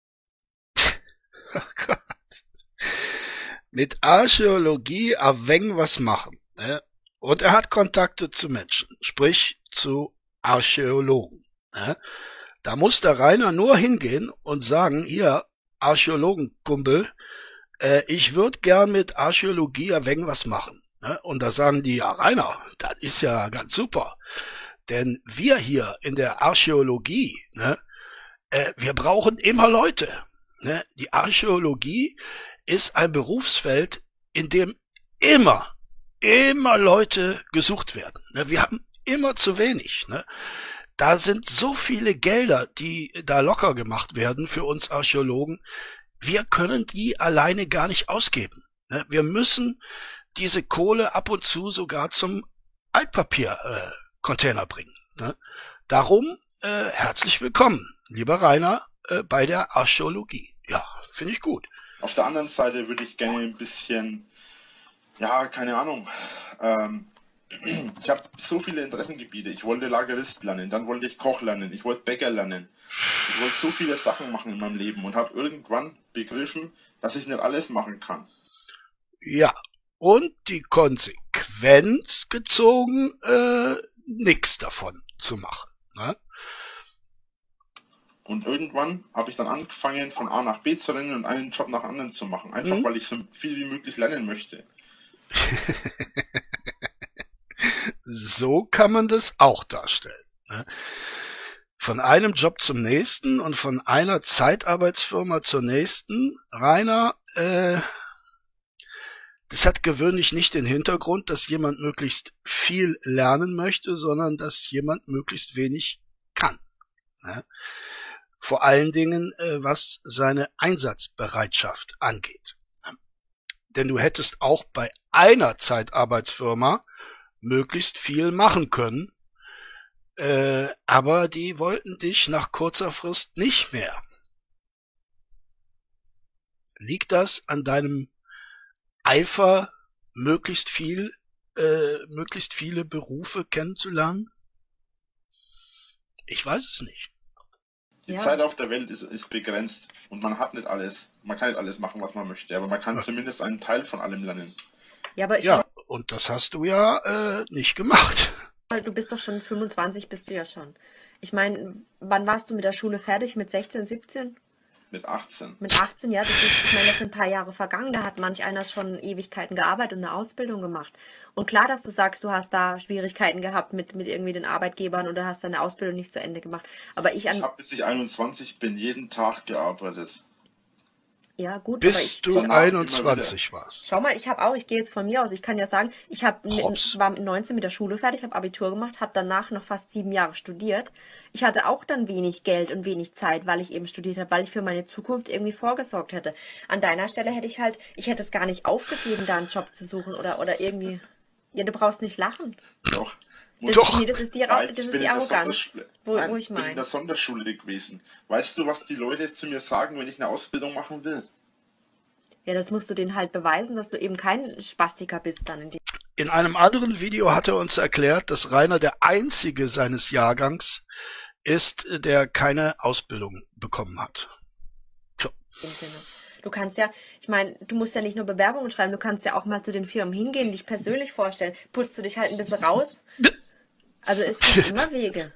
Oh Gott. Mit Archäologie ein wenig was machen. Ne? Und er hat Kontakte zu Menschen, sprich zu Archäologen. Ne? Da muss der Rainer nur hingehen und sagen, hier, Archäologenkumpel, äh, ich würde gern mit Archäologie ein wenig was machen. Ne? Und da sagen die, ja Rainer, das ist ja ganz super. Denn wir hier in der Archäologie, ne, äh, wir brauchen immer Leute. Ne? Die Archäologie ist ein Berufsfeld, in dem immer, immer Leute gesucht werden. Ne? Wir haben immer zu wenig. Ne? Da sind so viele Gelder, die da locker gemacht werden für uns Archäologen. Wir können die alleine gar nicht ausgeben. Ne? Wir müssen diese Kohle ab und zu sogar zum Altpapier-Container äh, bringen. Ne? Darum äh, herzlich willkommen, lieber Rainer, äh, bei der Archäologie. Ja, finde ich gut. Auf der anderen Seite würde ich gerne ein bisschen, ja, keine Ahnung, ähm, ich habe so viele Interessengebiete. Ich wollte Lagerist lernen, dann wollte ich Koch lernen, ich wollte Bäcker lernen. Ich wollte so viele Sachen machen in meinem Leben und habe irgendwann begriffen, dass ich nicht alles machen kann. Ja, und die Konsequenz gezogen, äh, nichts davon zu machen. Ne? Und irgendwann habe ich dann angefangen, von A nach B zu rennen und einen Job nach anderen zu machen. Einfach, Mhm. weil ich so viel wie möglich lernen möchte. So kann man das auch darstellen. Ne? Von einem Job zum nächsten und von einer Zeitarbeitsfirma zur nächsten. Rainer, äh, das hat gewöhnlich nicht den Hintergrund, dass jemand möglichst viel lernen möchte, sondern dass jemand möglichst wenig kann. Ne? Vor allen Dingen, äh, was seine Einsatzbereitschaft angeht. Denn du hättest auch bei einer Zeitarbeitsfirma möglichst viel machen können, äh, aber die wollten dich nach kurzer Frist nicht mehr. Liegt das an deinem Eifer, möglichst viel, äh, möglichst viele Berufe kennenzulernen? Ich weiß es nicht. Die Ja. Zeit auf der Welt ist, ist begrenzt und man hat nicht alles. Man kann nicht alles machen, was man möchte, aber man kann Ja. zumindest einen Teil von allem lernen. Ja, aber ich Ja, und das hast du ja äh, nicht gemacht. meine, du bist doch schon fünfundzwanzig, bist du ja schon. Ich meine, wann warst du mit der Schule fertig? Mit sechzehn, siebzehn? Mit achtzehn. Mit achtzehn, ja, das ist, ich meine, das sind ein paar Jahre vergangen. Da hat manch einer schon Ewigkeiten gearbeitet und eine Ausbildung gemacht. Und klar, dass du sagst, du hast da Schwierigkeiten gehabt mit, mit irgendwie den Arbeitgebern oder hast deine Ausbildung nicht zu Ende gemacht. Aber ich Ich an, habe bis ich einundzwanzig bin jeden Tag gearbeitet. Ja, gut, aber Bis ich, du ich auch. einundzwanzig warst. Schau mal, ich habe auch, ich gehe jetzt von mir aus, ich kann ja sagen, ich hab mit, Props. war mit neunzehn mit der Schule fertig, habe Abitur gemacht, habe danach noch fast sieben Jahre studiert. Ich hatte auch dann wenig Geld und wenig Zeit, weil ich eben studiert habe, weil ich für meine Zukunft irgendwie vorgesorgt hätte. An deiner Stelle hätte ich halt, ich hätte es gar nicht aufgegeben, da einen Job zu suchen oder, oder irgendwie. Ja, du brauchst nicht lachen. Doch. Das, Doch. nee, das ist die, Ja, Ra- ich das ist bin die in der Arroganz, Sonderschule. wo, Nein, wo ich ich bin in der meine. Sonderschule gewesen. Weißt du, was die Leute zu mir sagen, wenn ich eine Ausbildung machen will? Ja, das musst du denen halt beweisen, dass du eben kein Spastiker bist dann in dem. In einem anderen Video hat er uns erklärt, dass Rainer der einzige seines Jahrgangs ist, der keine Ausbildung bekommen hat. Tja. Sinne. Du kannst ja, ich meine, du musst ja nicht nur Bewerbungen schreiben, du kannst ja auch mal zu den Firmen hingehen, dich persönlich vorstellen. Putzt du dich halt ein bisschen raus? Also es gibt immer Wege.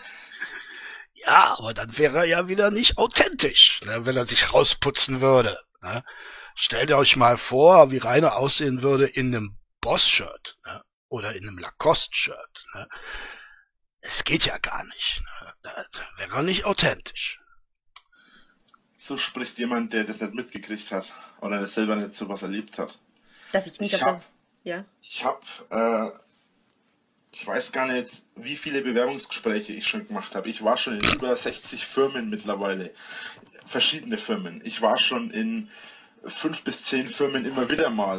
Ja, aber dann wäre er ja wieder nicht authentisch, ne, wenn er sich rausputzen würde. Ne. Stellt euch mal vor, wie Rainer aussehen würde in einem Boss-Shirt, ne, oder in einem Lacoste-Shirt. Ne. Es geht ja gar nicht. Ne. Da wäre er nicht authentisch. So spricht jemand, der das nicht mitgekriegt hat oder der selber nicht sowas erlebt hat. Dass ich nicht Ich auf hab, der, ja. ich hab, äh, ich weiß gar nicht, wie viele Bewerbungsgespräche ich schon gemacht habe. Ich war schon in über sechzig Firmen mittlerweile, verschiedene Firmen. Ich war schon in fünf bis zehn Firmen immer wieder mal.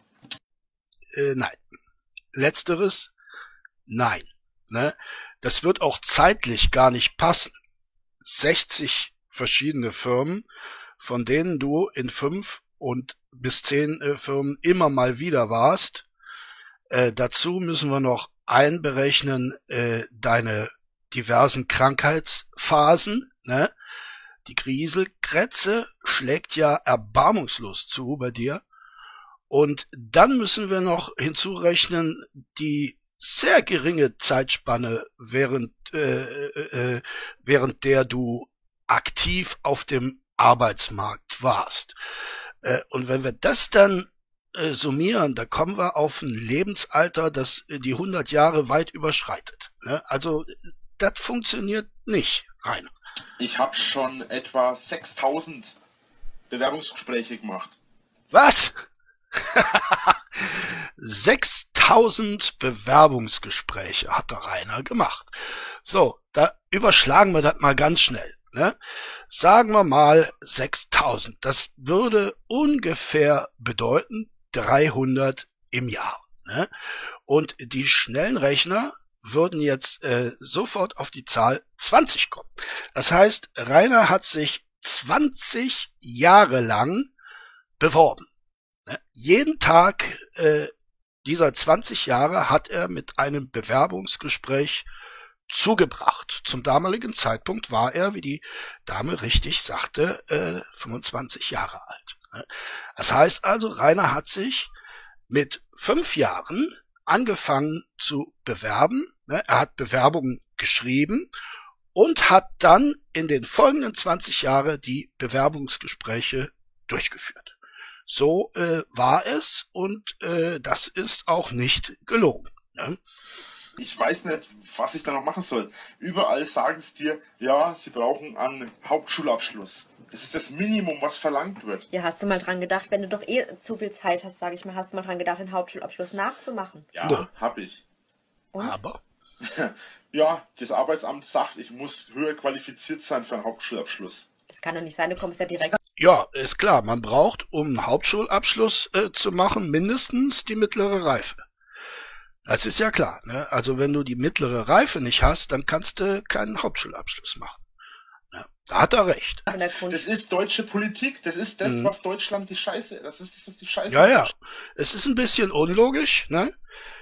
Äh, nein. Letzteres, nein. Ne? Das wird auch zeitlich gar nicht passen. sechzig verschiedene Firmen, von denen du in fünf und bis zehn äh, Firmen immer mal wieder warst. Äh, dazu müssen wir noch einberechnen äh, deine diversen Krankheitsphasen. Ne? Die Grieselkrätze schlägt ja erbarmungslos zu bei dir. Und dann müssen wir noch hinzurechnen die sehr geringe Zeitspanne, während, äh, äh, während der du aktiv auf dem Arbeitsmarkt warst. Äh, und wenn wir das dann äh, summieren, da kommen wir auf ein Lebensalter, das äh, die hundert Jahre weit überschreitet. Ne? Also das funktioniert nicht, Rainer. Ich habe schon etwa sechstausend Bewerbungsgespräche gemacht. Was? sechstausend Bewerbungsgespräche hat der Rainer gemacht. So, da überschlagen wir das mal ganz schnell. Ne? Sagen wir mal sechstausend. Das würde ungefähr bedeuten dreihundert im Jahr. Ne? Und die schnellen Rechner würden jetzt äh, sofort auf die Zahl zwanzig kommen. Das heißt, Rainer hat sich zwanzig Jahre lang beworben. Ne? Jeden Tag äh, dieser zwanzig Jahre hat er mit einem Bewerbungsgespräch zugebracht. Zum damaligen Zeitpunkt war er, wie die Dame richtig sagte, äh, fünfundzwanzig Jahre alt. Ne? Das heißt also, Rainer hat sich mit fünf Jahren angefangen zu bewerben. Ne? Er hat Bewerbungen geschrieben und hat dann in den folgenden zwanzig Jahren die Bewerbungsgespräche durchgeführt. So äh, war es und äh, das ist auch nicht gelogen. Ne? Ich weiß nicht, was ich da noch machen soll. Überall sagen es dir, ja, sie brauchen einen Hauptschulabschluss. Das ist das Minimum, was verlangt wird. Ja, hast du mal dran gedacht, wenn du doch eh zu viel Zeit hast, sage ich mal, hast du mal dran gedacht, den Hauptschulabschluss nachzumachen? Ja, Ja. hab ich. Und? Aber Ja, das Arbeitsamt sagt, ich muss höher qualifiziert sein für einen Hauptschulabschluss. Das kann doch nicht sein, du kommst ja direkt. ja, ist klar, man braucht, um einen Hauptschulabschluss äh, zu machen, mindestens die mittlere Reife. Das ist ja klar. Ne? Also wenn du die mittlere Reife nicht hast, dann kannst du keinen Hauptschulabschluss machen. Ja, da hat er recht. In der Das Kunst. ist deutsche Politik, das ist das, Mhm. was Deutschland die Scheiße, das ist das, was die Scheiße Ja, ja. ist. Es ist ein bisschen unlogisch, ne?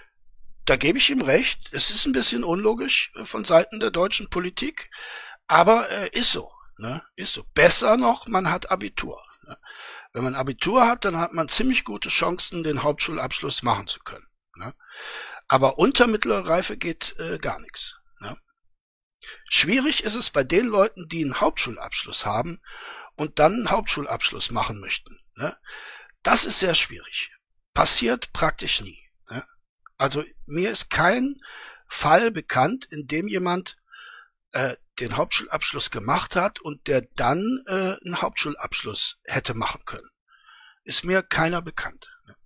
Da gebe ich ihm recht. Es ist ein bisschen unlogisch äh, von Seiten der deutschen Politik, aber äh, ist so, ne? Ist so. Besser noch, man hat Abitur. Ne? Wenn man Abitur hat, dann hat man ziemlich gute Chancen, den Hauptschulabschluss machen zu können. Ne? Aber unter mittlerer Reife geht äh, gar nichts. Ne? Schwierig ist es bei den Leuten, die einen Hauptschulabschluss haben und dann einen Hauptschulabschluss machen möchten. Ne? Das ist sehr schwierig. Passiert praktisch nie. Ne? Also mir ist kein Fall bekannt, in dem jemand, äh, den Hauptschulabschluss gemacht hat und der dann äh, einen Hauptschulabschluss hätte machen können. Ist mir keiner bekannt.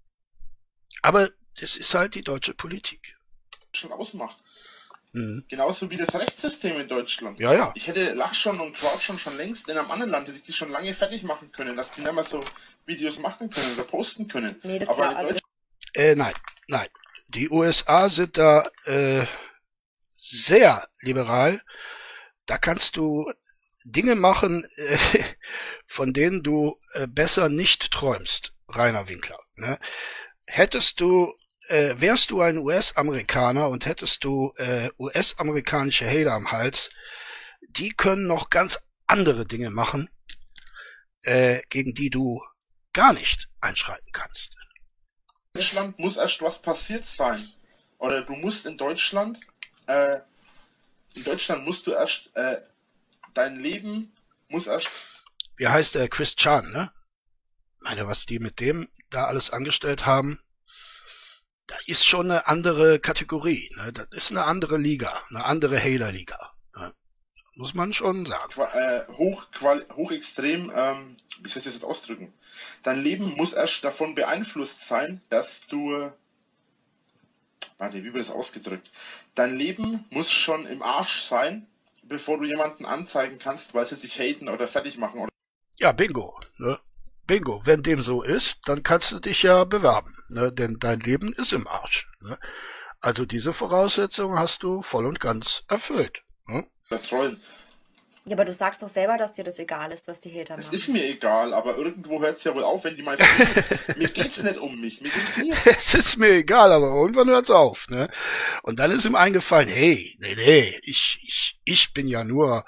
Aber das ist halt die deutsche Politik. Schon ausmacht. Mhm. Genauso wie das Rechtssystem in Deutschland. Ja, ja. Ich hätte Lachschon und Crowdschon schon längst in einem anderen Land, hätte ich die schon lange fertig machen können, dass die nicht mehr so Videos machen können oder posten können. Nee, das Aber war in also Deutschland, Äh, nein, nein. Die U S A sind da äh, sehr liberal. Da kannst du Dinge machen, äh, von denen du äh, besser nicht träumst, Rainer Winkler. Ne? Hättest du, äh, wärst du ein U S-Amerikaner und hättest du äh, U S-amerikanische Hater am Hals, die können noch ganz andere Dinge machen, äh, gegen die du gar nicht einschreiten kannst. in Deutschland muss erst was passiert sein. Oder du musst in Deutschland, äh, in Deutschland musst du erst, äh, dein Leben muss erst, Wie heißt der? Chris Chan, ne? Meine, was die mit dem da alles angestellt haben, da ist schon eine andere Kategorie, ne? Das ist eine andere Liga, eine andere Hater-Liga. Ne? Muss man schon sagen. äh, hoch, qual, hoch extrem, ähm, wie soll ich das jetzt ausdrücken? Dein Leben muss erst davon beeinflusst sein, dass du, warte, wie wird das ausgedrückt? Dein Leben muss schon im Arsch sein, bevor du jemanden anzeigen kannst, weil sie dich haten oder fertig machen. Oder Ja, bingo, ne? Bingo. Wenn dem so ist, dann kannst du dich ja bewerben, ne? Denn dein Leben ist im Arsch. Ne? Also diese Voraussetzung hast du voll und ganz erfüllt. Ne? trollen. Ja, aber du sagst doch selber, dass dir das egal ist, dass die Hater Es machen. ist mir egal, aber irgendwo hört es ja wohl auf, wenn die mal... Mir geht's nicht um mich, mir geht's nicht. Es ist mir egal, aber irgendwann hört's auf, ne? Und dann ist ihm eingefallen, hey, nee, nee, ich, ich, ich bin ja nur,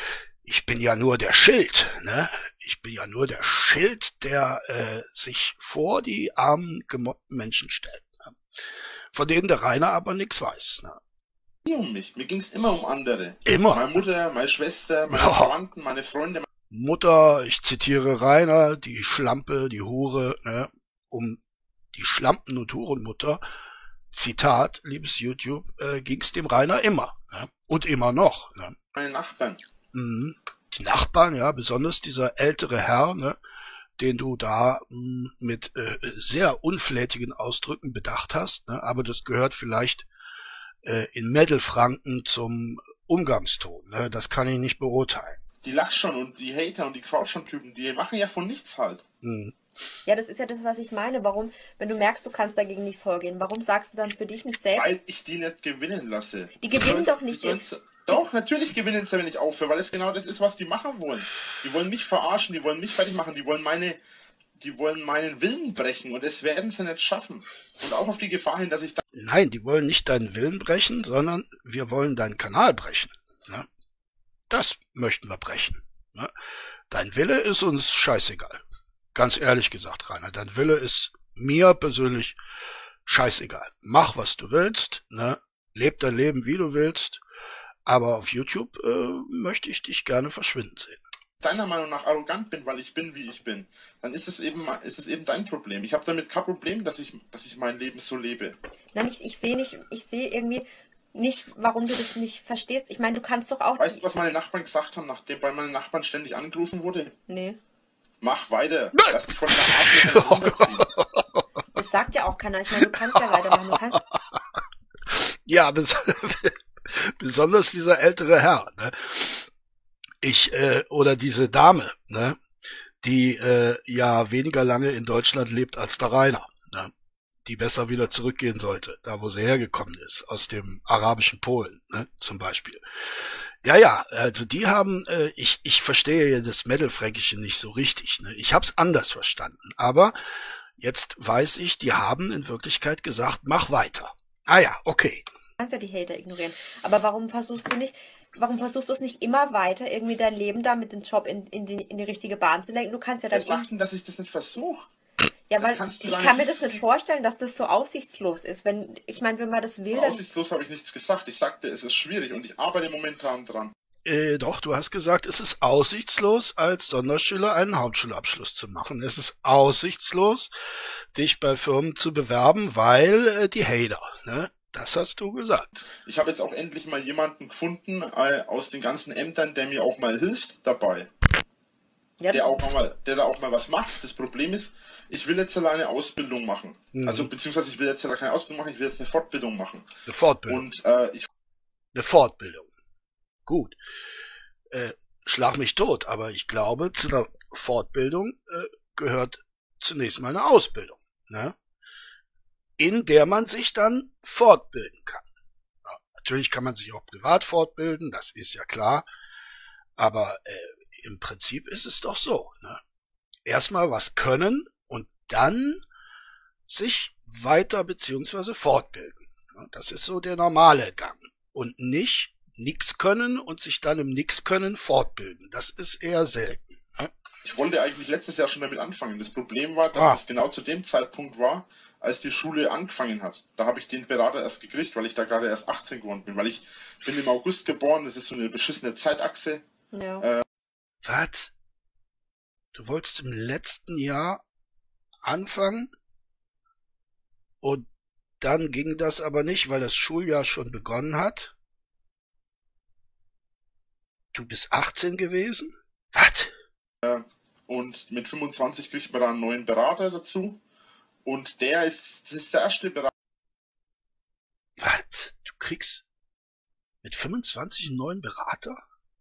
ich bin ja nur der Schild, ne? Ich bin ja nur der Schild, der äh, sich vor die armen, gemobbten Menschen stellt. Ne? Von denen der Rainer aber nichts weiß. Ne? Nie um mich, mir ging's immer um andere. Immer. Meine Mutter, meine Schwester, meine Ja. Verwandten, meine Freunde. Mutter, ich zitiere Rainer, die Schlampe, die Hure, ne? Um die Schlampen- und Hurenmutter, Zitat, liebes YouTube, äh, ging's dem Rainer immer. Ne? Und immer noch. Ne? meine Nachbarn. Mhm. Die Nachbarn, ja, besonders dieser ältere Herr, ne, den du da mh, mit äh, sehr unflätigen Ausdrücken bedacht hast, ne, aber das gehört vielleicht äh, in Mittelfranken zum Umgangston, ne, das kann ich nicht beurteilen. Die Lachschon und die Hater und die Crowdschon-Typen, die machen ja von nichts halt. Mhm. Ja, das ist ja das, was ich meine. Warum, wenn du merkst, du kannst dagegen nicht vorgehen, warum sagst du dann für dich nicht selbst? Weil ich die nicht gewinnen lasse. Die gewinnen Sonst- doch nicht. sonst- Doch, natürlich gewinnen sie, wenn ich aufhöre, weil es genau das ist, was die machen wollen. Die wollen mich verarschen, die wollen mich fertig machen, die wollen meine, die wollen meinen Willen brechen und das werden sie nicht schaffen. Und auch auf die Gefahr hin, dass ich da Nein, die wollen nicht deinen Willen brechen, sondern wir wollen deinen Kanal brechen. Ne? Das möchten wir brechen. Ne? Dein Wille ist uns scheißegal. Ganz ehrlich gesagt, Rainer, dein Wille ist mir persönlich scheißegal. Mach, was du willst, ne? Leb dein Leben, wie du willst, aber auf YouTube äh, möchte ich dich gerne verschwinden sehen. deiner Meinung nach arrogant bin, weil ich bin, wie ich bin, dann ist es eben, ist es eben dein Problem. Ich habe damit kein Problem, dass ich, dass ich mein Leben so lebe. Nein, ich, ich sehe nicht, ich sehe irgendwie nicht, warum du das nicht verstehst. Ich meine, du kannst doch auch. Weißt du, was meine Nachbarn gesagt haben, nachdem bei meinen Nachbarn ständig angerufen wurde? Nee. Mach weiter. Lass dich von der Art runterziehen. Das sagt ja auch keiner. Ich meine, du kannst ja weitermachen. Du kannst. Ja, bes besonders dieser ältere Herr, ne? Ich, äh, oder diese Dame, ne? Die äh, ja weniger lange in Deutschland lebt als der Rainer, ne? Die besser wieder zurückgehen sollte, da wo sie hergekommen ist, aus dem arabischen Polen, ne? Zum Beispiel. Ja, ja, also die haben, äh, ich, ich verstehe ja das Mittelfränkische nicht so richtig, ne? Ich hab's anders verstanden, aber jetzt weiß ich, die haben in Wirklichkeit gesagt, mach weiter. Ah ja, okay. Du kannst ja die Hater ignorieren. Aber warum versuchst du nicht, warum versuchst du es nicht immer weiter, irgendwie dein Leben da mit dem Job in, in, die, in die richtige Bahn zu lenken? Du kannst ja Wer dann. sagt denn, dass ich das nicht versuche? Ja, das weil kannst du ich gar kann mir nicht- das nicht vorstellen, dass das so aussichtslos ist. Wenn, ich meine, wenn man das will, dann. Aussichtslos habe ich nichts gesagt. Ich sagte, es ist schwierig und ich arbeite momentan dran. Äh, doch, du hast gesagt, es ist aussichtslos, als Sonderschüler einen Hauptschulabschluss zu machen. Es ist aussichtslos, dich bei Firmen zu bewerben, weil äh, die Hater, ne? Das hast du gesagt. Ich habe jetzt auch endlich mal jemanden gefunden äh, aus den ganzen Ämtern, der mir auch mal hilft dabei. Ja, Der das, auch mal, der da auch mal was macht. Das Problem ist, ich will jetzt eine Ausbildung machen. Mhm. Also beziehungsweise ich will jetzt keine Ausbildung machen, ich will jetzt eine Fortbildung machen. Eine Fortbildung. Und äh, ich Eine Fortbildung. Gut. Äh, schlag mich tot, aber ich glaube, zu einer Fortbildung äh, gehört zunächst mal eine Ausbildung, ne? In der man sich dann fortbilden kann. Ja, natürlich kann man sich auch privat fortbilden, das ist ja klar, aber äh, im Prinzip ist es doch so, ne? Erstmal was können und dann sich weiter beziehungsweise fortbilden. Ja, das ist so der normale Gang. Und nicht nix können und sich dann im Nix können fortbilden. Das ist eher selten. Ne? Ich wollte eigentlich letztes Jahr schon damit anfangen. Das Problem war, dass Ah. es genau zu dem Zeitpunkt war, als die Schule angefangen hat. Da habe ich den Berater erst gekriegt, weil ich da gerade erst achtzehn geworden bin. Weil ich bin im August geboren, das ist so eine beschissene Zeitachse. ja. Was? Du wolltest im letzten Jahr anfangen und dann ging das aber nicht, weil das Schuljahr schon begonnen hat? Du bist achtzehn gewesen? Was? Und mit fünfundzwanzig kriegt man da einen neuen Berater dazu. Und der ist, das ist der erste Berater. Was? Du kriegst mit fünfundzwanzig einen neuen Berater?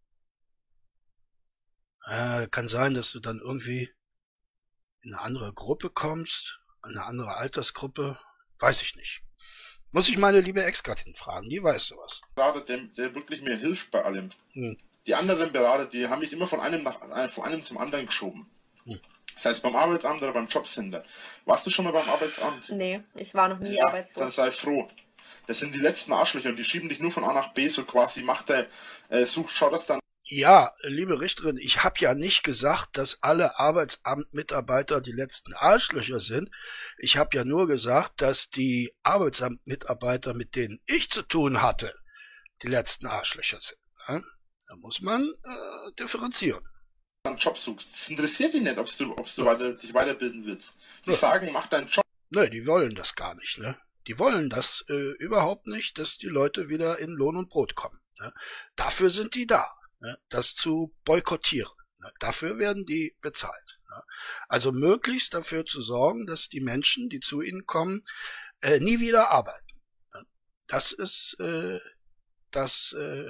Äh, kann sein, dass du dann irgendwie in eine andere Gruppe kommst, eine andere Altersgruppe, weiß ich nicht. Muss ich meine liebe Ex-Gattin fragen, die weiß sowas. Berater, der, der wirklich mir hilft bei allem. Hm. Die anderen Berater, die haben mich immer von einem nach von einem zum anderen geschoben. Hm. Das heißt beim Arbeitsamt oder beim Jobcenter. Warst du schon mal beim Arbeitsamt? Nee, ich war noch nie Ja, dann arbeitslos. sei froh. Das sind die letzten Arschlöcher und die schieben dich nur von A nach B, so quasi macht der, äh, sucht, schaut das dann. Ja, liebe Richterin, ich habe ja nicht gesagt, dass alle Arbeitsamtmitarbeiter die letzten Arschlöcher sind. Ich habe ja nur gesagt, dass die Arbeitsamtmitarbeiter, mit denen ich zu tun hatte, die letzten Arschlöcher sind. Ja? Da muss man äh, differenzieren. einen Job suchst. Das interessiert dich nicht, ob du, ob du Ja. weiter, dich weiterbilden willst. Die Ja. sagen, mach deinen Job. Ne, die wollen das gar nicht, ne? Die wollen das äh, überhaupt nicht, dass die Leute wieder in Lohn und Brot kommen. Ne? Dafür sind die da, ne? Das zu boykottieren. Ne? Dafür werden die bezahlt. Ne? Also möglichst dafür zu sorgen, dass die Menschen, die zu ihnen kommen, äh, nie wieder arbeiten. Ne? Das ist äh, das äh,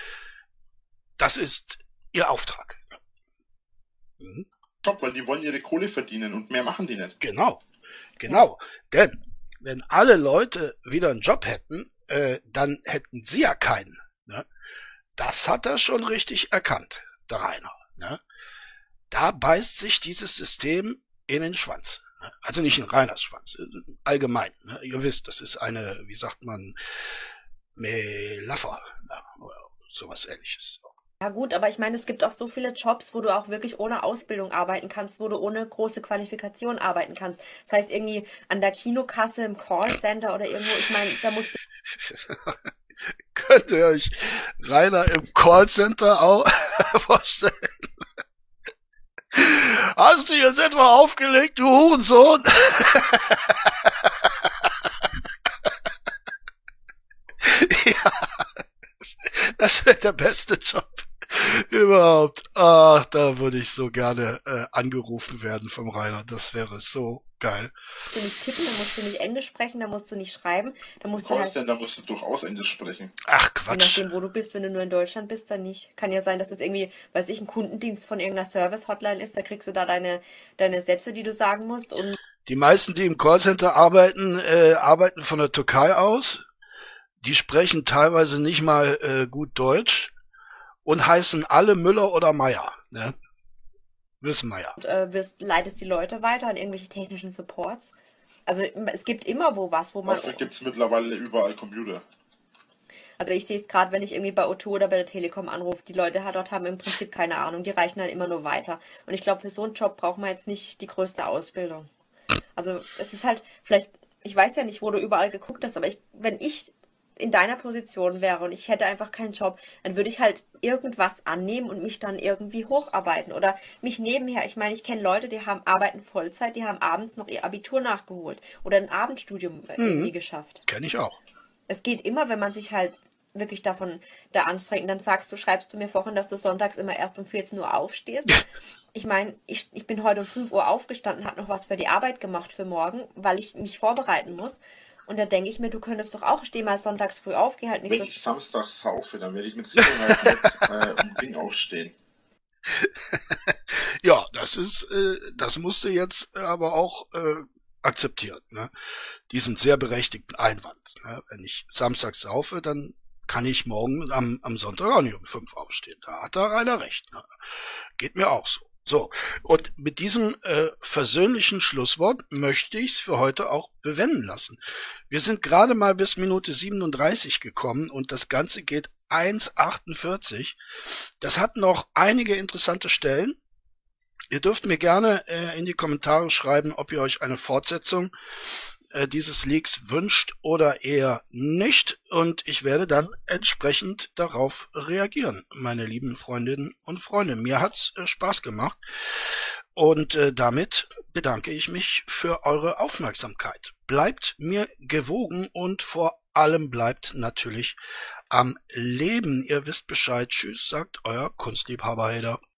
das ist ihr Auftrag. Mhm. Job, weil die wollen ihre Kohle verdienen und mehr machen die nicht. Genau, genau. Denn wenn alle Leute wieder einen Job hätten, äh, dann hätten sie ja keinen. Ne? Das hat er schon richtig erkannt, der Rainer. Ne? Da beißt sich dieses System in den Schwanz. Ne? Also nicht in Rainers Schwanz, äh, allgemein. Ne? Ihr wisst, das ist eine, wie sagt man, Melaffer, ne? Oder sowas Ähnliches. Ja gut, aber ich meine, es gibt auch so viele Jobs, wo du auch wirklich ohne Ausbildung arbeiten kannst, wo du ohne große Qualifikation arbeiten kannst. Das heißt irgendwie an der Kinokasse, im Callcenter oder irgendwo, ich meine, da musst du Könnt ihr euch Rainer im Callcenter auch vorstellen? Hast du jetzt etwa aufgelegt, du Hurensohn? Ja, das wäre der beste Job überhaupt. Ach, da würde ich so gerne äh, angerufen werden vom Rainer. Das wäre so geil. du nicht tippen, da musst du nicht Englisch sprechen, da musst du nicht schreiben, da musst du halt, Callcenter musst du durchaus Englisch sprechen. Ach, je Quatsch. nachdem, wo du bist, wenn du nur in Deutschland bist, dann nicht. Kann ja sein, dass das irgendwie, weiß ich, ein Kundendienst von irgendeiner Service-Hotline ist, da kriegst du da deine, deine Sätze, die du sagen musst und Die meisten, die im Callcenter arbeiten, äh, arbeiten von der Türkei aus. Die sprechen teilweise nicht mal äh, gut Deutsch und heißen alle Müller oder Meier. Ne? Wissen wir ja. äh, wirst, leitest die Leute weiter an irgendwelche technischen Supports. Also es gibt immer wo was, wo man, Dafür gibt es mittlerweile überall Computer. also ich sehe es gerade, wenn ich irgendwie bei O zwei oder bei der Telekom anrufe, die Leute ha- dort haben im Prinzip keine Ahnung, die reichen dann immer nur weiter. Und ich glaube, für so einen Job braucht man jetzt nicht die größte Ausbildung. Also es ist halt, vielleicht, ich weiß ja nicht, wo du überall geguckt hast, aber ich, wenn ich in deiner Position wäre und ich hätte einfach keinen Job, dann würde ich halt irgendwas annehmen und mich dann irgendwie hocharbeiten oder mich nebenher. Ich meine, ich kenne Leute, die haben arbeiten Vollzeit, die haben abends noch ihr Abitur nachgeholt oder ein Abendstudium äh, Mhm. irgendwie geschafft. Kenne ich auch. Es geht immer, wenn man sich halt wirklich davon da anstrengt. Dann sagst du, schreibst du mir vorhin, dass du sonntags immer erst um vierzehn Uhr aufstehst. Ich meine, ich, ich bin heute um fünf Uhr aufgestanden, habe noch was für die Arbeit gemacht für morgen, weil ich mich vorbereiten muss. Und da denke ich mir, du könntest doch auch, steh mal sonntags früh auf, geh halt nicht Wenn so. ich samstags saufe, dann werde ich mit Sicherheit nicht äh, um Ding aufstehen. Ja, das ist, äh, das musst du jetzt aber auch äh, akzeptieren, ne? Diesen sehr berechtigten Einwand. Ne? Wenn ich samstags saufe, dann kann ich morgen am, am Sonntag auch nicht um fünf aufstehen. Da hat der Rainer recht. Ne? Geht mir auch so. So, und mit diesem äh, versöhnlichen Schlusswort möchte ich es für heute auch bewenden lassen. Wir sind gerade mal bis Minute siebenunddreißig gekommen und das Ganze geht eins achtundvierzig. Das hat noch einige interessante Stellen. Ihr dürft mir gerne äh, in die Kommentare schreiben, ob ihr euch eine Fortsetzung äh, dieses Leaks wünscht oder eher nicht. Und ich werde dann entsprechend darauf reagieren, meine lieben Freundinnen und Freunde. Mir hat's äh, Spaß gemacht. Und äh, damit bedanke ich mich für eure Aufmerksamkeit. Bleibt mir gewogen und vor allem bleibt natürlich am Leben. Ihr wisst Bescheid. Tschüss, sagt euer Kunstliebhaber Hader.